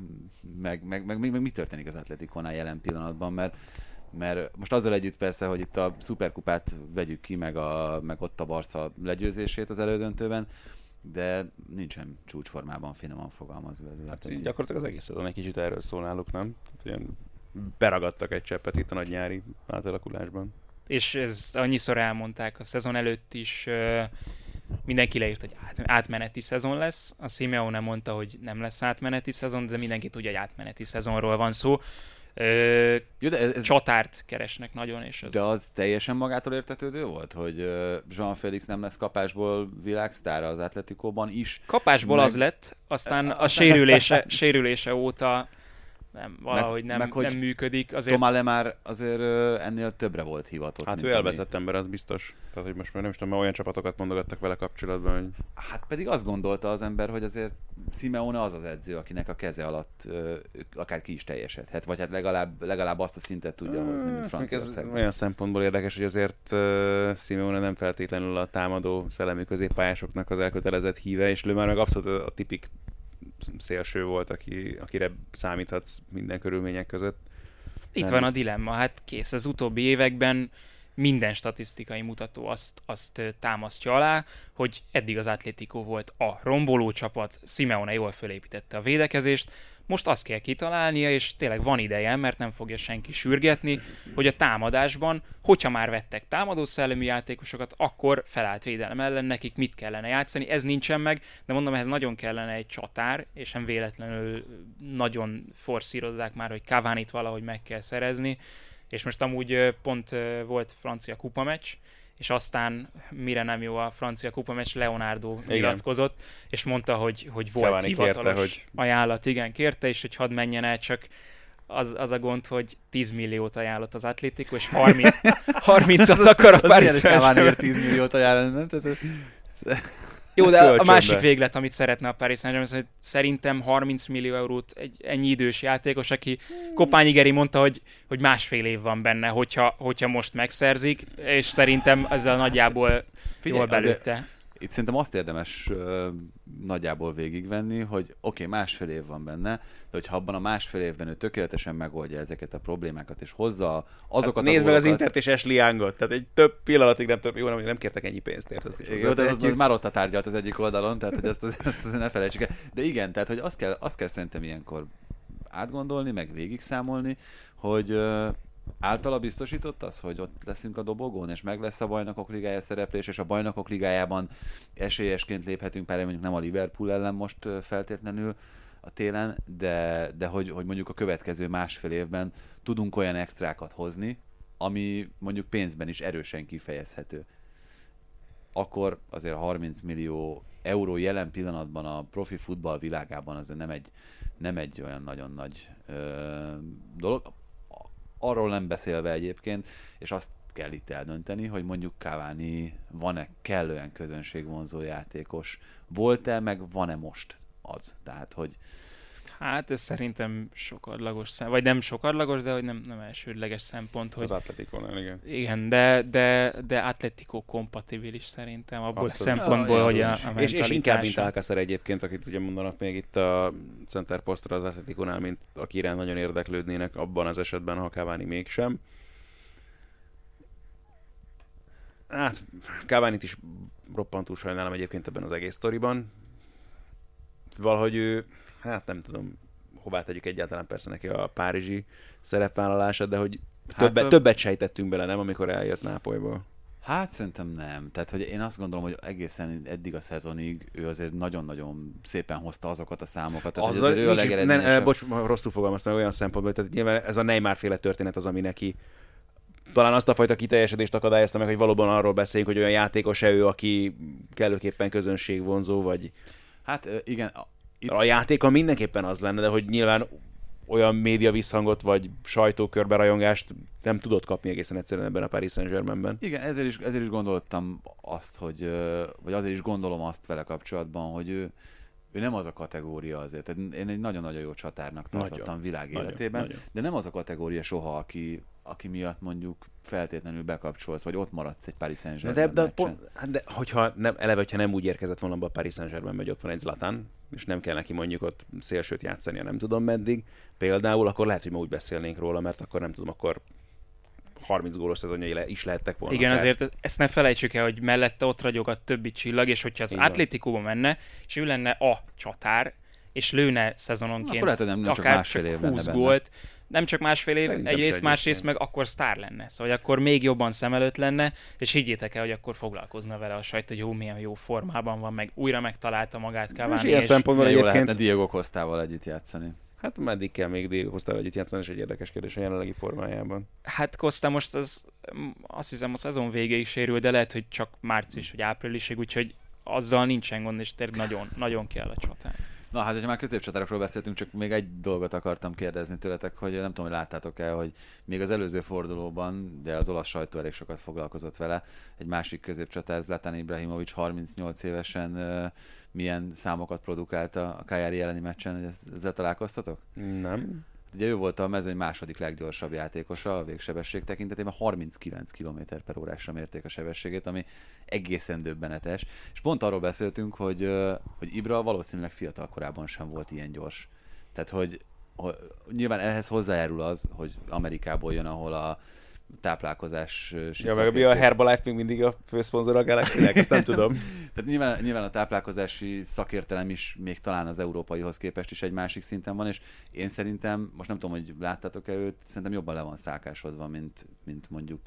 meg mi történik az Atleticónál jelen pillanatban, mert most azzal együtt persze, hogy itt a szuperkupát vegyük ki, meg ott a Barca legyőzését az elődöntőben, de nincsen csúcsformában, finoman fogalmazva ez az Atleticó. Gyakorlatilag az egész szezon egy kicsit erről szól náluk, nem? Ilyen beragadtak egy cseppet itt a nagy nyári átalakulásban. És ezt annyiszor elmondták a szezon előtt is, mindenki leírt, hogy átmeneti szezon lesz. A Simeone mondta, hogy nem lesz átmeneti szezon, de mindenki tudja, hogy átmeneti szezonról van szó. Jó, de csatárt keresnek nagyon, és de az teljesen magától értetődő volt, hogy João Félix nem lesz kapásból világsztár az Atleticóban is. Kapásból az lett, aztán a sérülése óta valahogy nem működik. Azért... Tomá Lemar azért ennél többre volt hivatott. Hát ő elveszett ember, az biztos. Tehát, hogy most már nem is tudom, mert olyan csapatokat mondogattak vele kapcsolatban, hogy... Hát pedig azt gondolta az ember, hogy azért Simeone az az edző, akinek a keze alatt akár ki is teljesedhet, vagy hát legalább azt a szintet tudja hozni, mint Franciaországban. Olyan szempontból érdekes, hogy azért Simeone nem feltétlenül a támadó szellemi középpályásoknak az elkötelezett híve, és ő már meg abszolút a tipik szélső volt, akire számíthatsz minden körülmények között. Itt van a dilemma, hát kész. Az utóbbi években minden statisztikai mutató azt támasztja alá, hogy eddig az Atlético volt a romboló csapat, Simeone jól fölépítette a védekezést, most azt kell kitalálnia, és tényleg van ideje, mert nem fogja senki sürgetni, hogy a támadásban, hogyha már vettek támadó szellemi játékosokat, akkor felállt védelem ellen nekik mit kellene játszani. Ez nincsen meg, de mondom, ehhez nagyon kellene egy csatár, és nem véletlenül nagyon forszírozzák már, hogy Cavani-t valahogy meg kell szerezni, és most amúgy pont volt francia kupameccs, és aztán mire nem jó a francia kupameccs, Leonardo nyilatkozott, és mondta, hogy volt Cavani hivatalos kérte, hogy... ajánlat, igen, kérte, és hogy hadd menjen el, csak az a gond, hogy 10 milliót ajánlott az Atlético, és 30-at akar a Paris Saint-Germain. 10 milliót ajánlott, nem? Jó, de a másik véglet, amit szeretne a Paris Saint-Germain, hogy szerintem 30 millió eurót egy ennyi idős játékos, aki Kopányi Geri mondta, hogy másfél év van benne, hogyha most megszerzik, és szerintem ezzel nagyjából jól belőtte. Itt szerintem azt érdemes nagyjából végigvenni, hogy oké, másfél év van benne, de hogyha abban a másfél évben ő tökéletesen megoldja ezeket a problémákat, és hozza azokat nézd meg az Intert és Ashley Youngot, tehát egy több pillanatig nem kértek ennyi pénzt, érted? Jó, de az már ott a tárgyalt az egyik oldalon, tehát hogy ezt ne felejtsük el. De igen, tehát hogy azt kell szerintem ilyenkor átgondolni, meg végigszámolni, hogy általa biztosított az, hogy ott leszünk a dobogón, és meg lesz a Bajnokok Ligája szereplés, és a Bajnokok Ligájában esélyesként léphetünk, pár mondjuk nem a Liverpool ellen most feltétlenül a télen, de hogy mondjuk a következő másfél évben tudunk olyan extrákat hozni, ami mondjuk pénzben is erősen kifejezhető. Akkor azért 30 millió euró jelen pillanatban a profi futball világában azért nem egy olyan nagyon nagy dolog. Arról nem beszélve egyébként, és azt kell itt eldönteni, hogy mondjuk Cavani van-e kellően közönségvonzó játékos, volt-e, meg van-e most az. Tehát, hogy... Hát ez szerintem sokadlagos vagy nem sokadlagos, de hogy nem elsődleges szempont. Hogy... Az Atleticónál, igen. Igen, de Atletico kompatibilis szerintem abból abszolút. A szempontból, hogy a mentalitása. És inkább, mint Alcácer egyébként, akit ugye mondanak még itt a center posztra az Atleticónál, mint aki iránt nagyon érdeklődnének abban az esetben, ha Cavani mégsem. Hát, Cavanit is roppantul sajnálom egyébként ebben az egész sztoriban. Valahogy ő, hát nem tudom, hová tegyük egyáltalán persze neki a párizsi szerepvállalását, de hogy többet sejtettünk bele, nem, amikor eljött Nápolyból. Hát szerintem nem. Tehát, hogy én azt gondolom, hogy egészen eddig a szezonig ő azért nagyon-nagyon szépen hozta azokat a számokat. Tehát, hogy ő a legeredményesebb. Bocs, rosszul fogalmaztam olyan szempontból, tehát nyilván ez a Neymar-féle történet az, ami neki talán azt a fajta kiteljesedést akadályozta meg, hogy valóban arról beszéljünk, hogy olyan játékos-e ő, aki kellőképpen közönségvonzó, vagy... Hát igen... A játéka mindenképpen az lenne, de hogy nyilván olyan média visszhangot vagy sajtókörbe rajongást nem tudott kapni egészen egyszerűen ebben a Paris Saint-Germainben. Igen, ezért is gondoltam azt, vagy azért is gondolom azt vele kapcsolatban, hogy ő nem az a kategória azért. Tehát én egy nagyon-nagyon jó csatárnak tartottam világ életében, de nem az a kategória soha, aki miatt mondjuk feltétlenül bekapcsolsz, vagy ott maradsz egy Paris Saint-Germain de hogyha nem úgy érkezett volna be a Paris Saint-Germain, hogy ott van egy Zlatan, és nem kell neki mondjuk ott szélsőt játszania, nem tudom meddig, például, akkor lehet, hogy ma úgy beszélnénk róla, mert akkor nem tudom, akkor 30 gólos szezonjai is lehettek volna. Igen, azért ezt ne felejtsük el, hogy mellette ott ragyog a többi csillag, és hogyha az Atléticóba menne, és ő lenne a csatár, és lőne szezononként akár csak 20 gólt, nem csak másfél év, egyrészt, másrészt meg akkor sztár lenne. Szóval akkor még jobban szem előtt lenne, és higgyétek el, hogy akkor foglalkozna vele a sajt, hogy milyen jó formában van, meg újra megtalálta magát Cavani. És ilyen szempontból egyébként lehetne Diego Costával együtt játszani. Hát meddig kell még Diego Costával együtt játszani, és egy érdekes kérdés a jelenlegi formájában. Hát Costa most azt hiszem a szezon végéig sérül, de lehet, hogy csak március vagy áprilisig, úgyhogy azzal nincsen gond, és tényleg nagyon, nagyon kell a csatán. Na hát, hogyha már középcsatárokról beszéltünk, csak még egy dolgot akartam kérdezni tőletek, hogy nem tudom, hogy láttátok-e, hogy még az előző fordulóban, de az olasz sajtó elég sokat foglalkozott vele, egy másik középcsatár, Zlatan Ibrahimovic 38 évesen milyen számokat produkált a Cagliari elleni meccsen, hogy ezzel találkoztatok? Nem. Ugye ő volt a mezőny második leggyorsabb játékosa a végsebesség tekintetében, 39 km/h-ra mérték a sebességét, ami egészen döbbenetes. És pont arról beszéltünk, hogy Ibra valószínűleg fiatal korában sem volt ilyen gyors. Tehát, hogy nyilván ehhez hozzájárul az, hogy Amerikából jön, ahol a táplálkozás... Ja, meg a Herbalife még mindig a főszponzor a Galaxy-nek, ezt nem tudom. Tehát nyilván a táplálkozási szakértelem is még talán az európaihoz képest is egy másik szinten van, és én szerintem, most nem tudom, hogy láttátok-e őt, szerintem jobban le van szálkásodva, mint mondjuk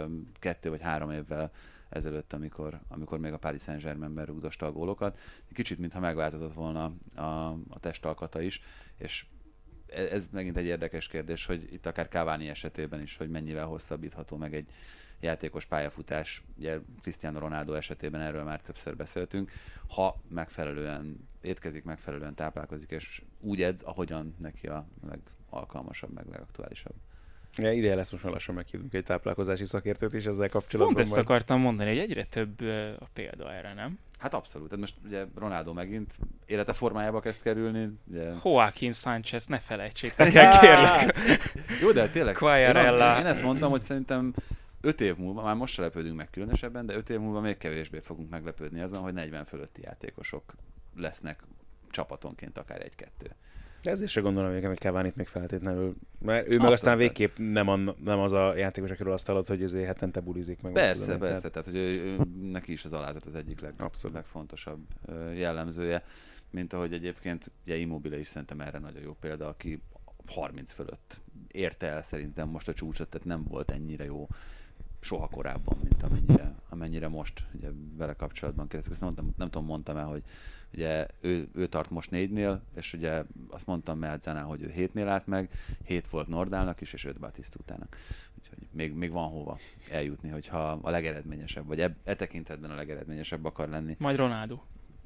2 vagy 3 évvel ezelőtt, amikor még a Paris Saint-Germainben rúgdosta a gólokat. Kicsit, mintha megváltozott volna a testalkata is, és ez megint egy érdekes kérdés, hogy itt akár Cavani esetében is, hogy mennyivel hosszabbítható meg egy játékos pályafutás. Ugye Cristiano Ronaldo esetében erről már többször beszéltünk. Ha megfelelően étkezik, megfelelően táplálkozik, és úgy edz, ahogyan neki a legalkalmasabb, meg legaktuálisabb. Ja, ideje lesz most már lassan meghívunk egy táplálkozási szakértőt is ezzel kapcsolatban. Pont ezt akartam mondani, hogy egyre több a példa erre, nem? Hát abszolút. Tehát most ugye Ronaldo megint élete formájába kezd kerülni. Ugye... Joaquin Sánchez, ne felejtsétek el, kérlek. Jó, de tényleg. Én ezt mondtam, hogy szerintem 5 év múlva, már most se lepődünk meg különösebben, de 5 év múlva még kevésbé fogunk meglepődni azon, hogy 40 fölötti játékosok lesznek csapatonként akár 1-2. De ezért se gondolom, hogy Cavani-t még feltétlenül, mert ő meg aztán végképp nem az a játékos, akiről azt hallott, hogy azért hetente bulizik meg. Persze, tehát hogy neki is az alázat az egyik legfontosabb jellemzője, mint ahogy egyébként ugye Immobile is szerintem erre nagyon jó példa, aki 30 fölött érte el szerintem most a csúcsot, tehát nem volt ennyire jó soha korábban, mint amennyire most ugye vele kapcsolatban kérdezik. Nem tudom, mondtam el, hogy ugye ő tart most 4-nél, és ugye azt mondtam Melzánál, hogy ő 7-nél állt meg, 7 volt Nordálnak is, és 5 Batisztútának. Úgyhogy még van hova eljutni, hogyha a legeredményesebb, vagy e tekintetben a legeredményesebb akar lenni. Majd Ronaldo.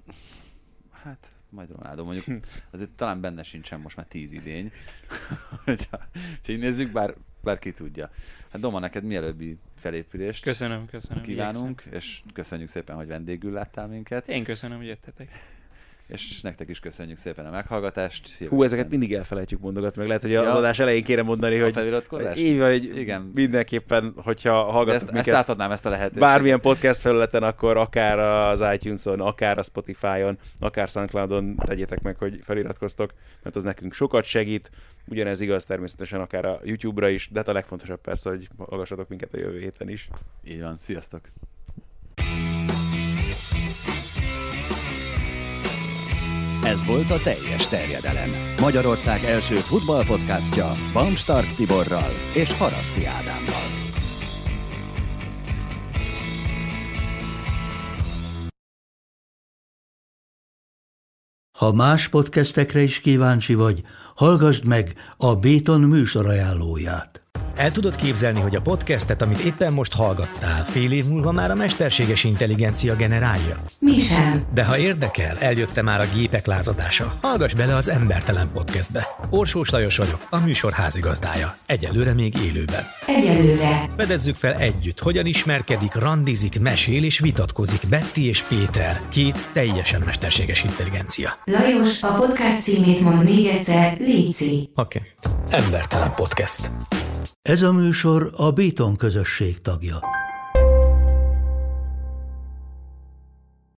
Hát, majd Ronaldo. Mondjuk azért talán benne sincsen most már 10 idény. Úgyhogy így nézzük, bár ki tudja. Hát Doma, neked mielőbbi felépülést köszönöm, kívánunk, és köszönjük szépen, hogy vendégül láttál minket. Én köszönöm, hogy jöttetek. És nektek is köszönjük szépen a meghallgatást. Ezeket mindig elfelejtjük mondogatni, meg lehet, hogy az adás elején kéne mondani, hogy így van, hogy igen. Mindenképpen, hogyha hallgatok minket, ezt átadnám ezt a lehetőséget. Bármilyen podcast felületen, akkor akár az iTunes-on, akár a Spotify-on, akár SoundCloud-on tegyétek meg, hogy feliratkoztok, mert az nekünk sokat segít. Ugyanez igaz természetesen akár a YouTube-ra is, de hát a legfontosabb persze, hogy hallgassatok minket a jövő héten is. Így van, sziasztok! Ez volt a Teljes Terjedelem. Magyarország első futballpodcastja Bamstark Tiborral és Haraszti Ádámmal. Ha más podcastekre is kíváncsi vagy, hallgassd meg a Béton műsor ajánlóját. El tudod képzelni, hogy a podcastet, amit éppen most hallgattál, fél év múlva már a mesterséges intelligencia generálja? Mi sem. De ha érdekel, eljött már a gépek lázadása. Hallgass bele az Embertelen Podcastbe. Orsós Lajos vagyok, a műsor házigazdája. Egyelőre még élőben. Egyelőre. Fedezzük fel együtt, hogyan ismerkedik, randizik, mesél és vitatkozik Betty és Péter, 2 teljesen mesterséges intelligencia. Lajos, a podcast címét mond még egyszer, léci. Oké. Embertelen Podcast. Ez a műsor a Béton közösség tagja.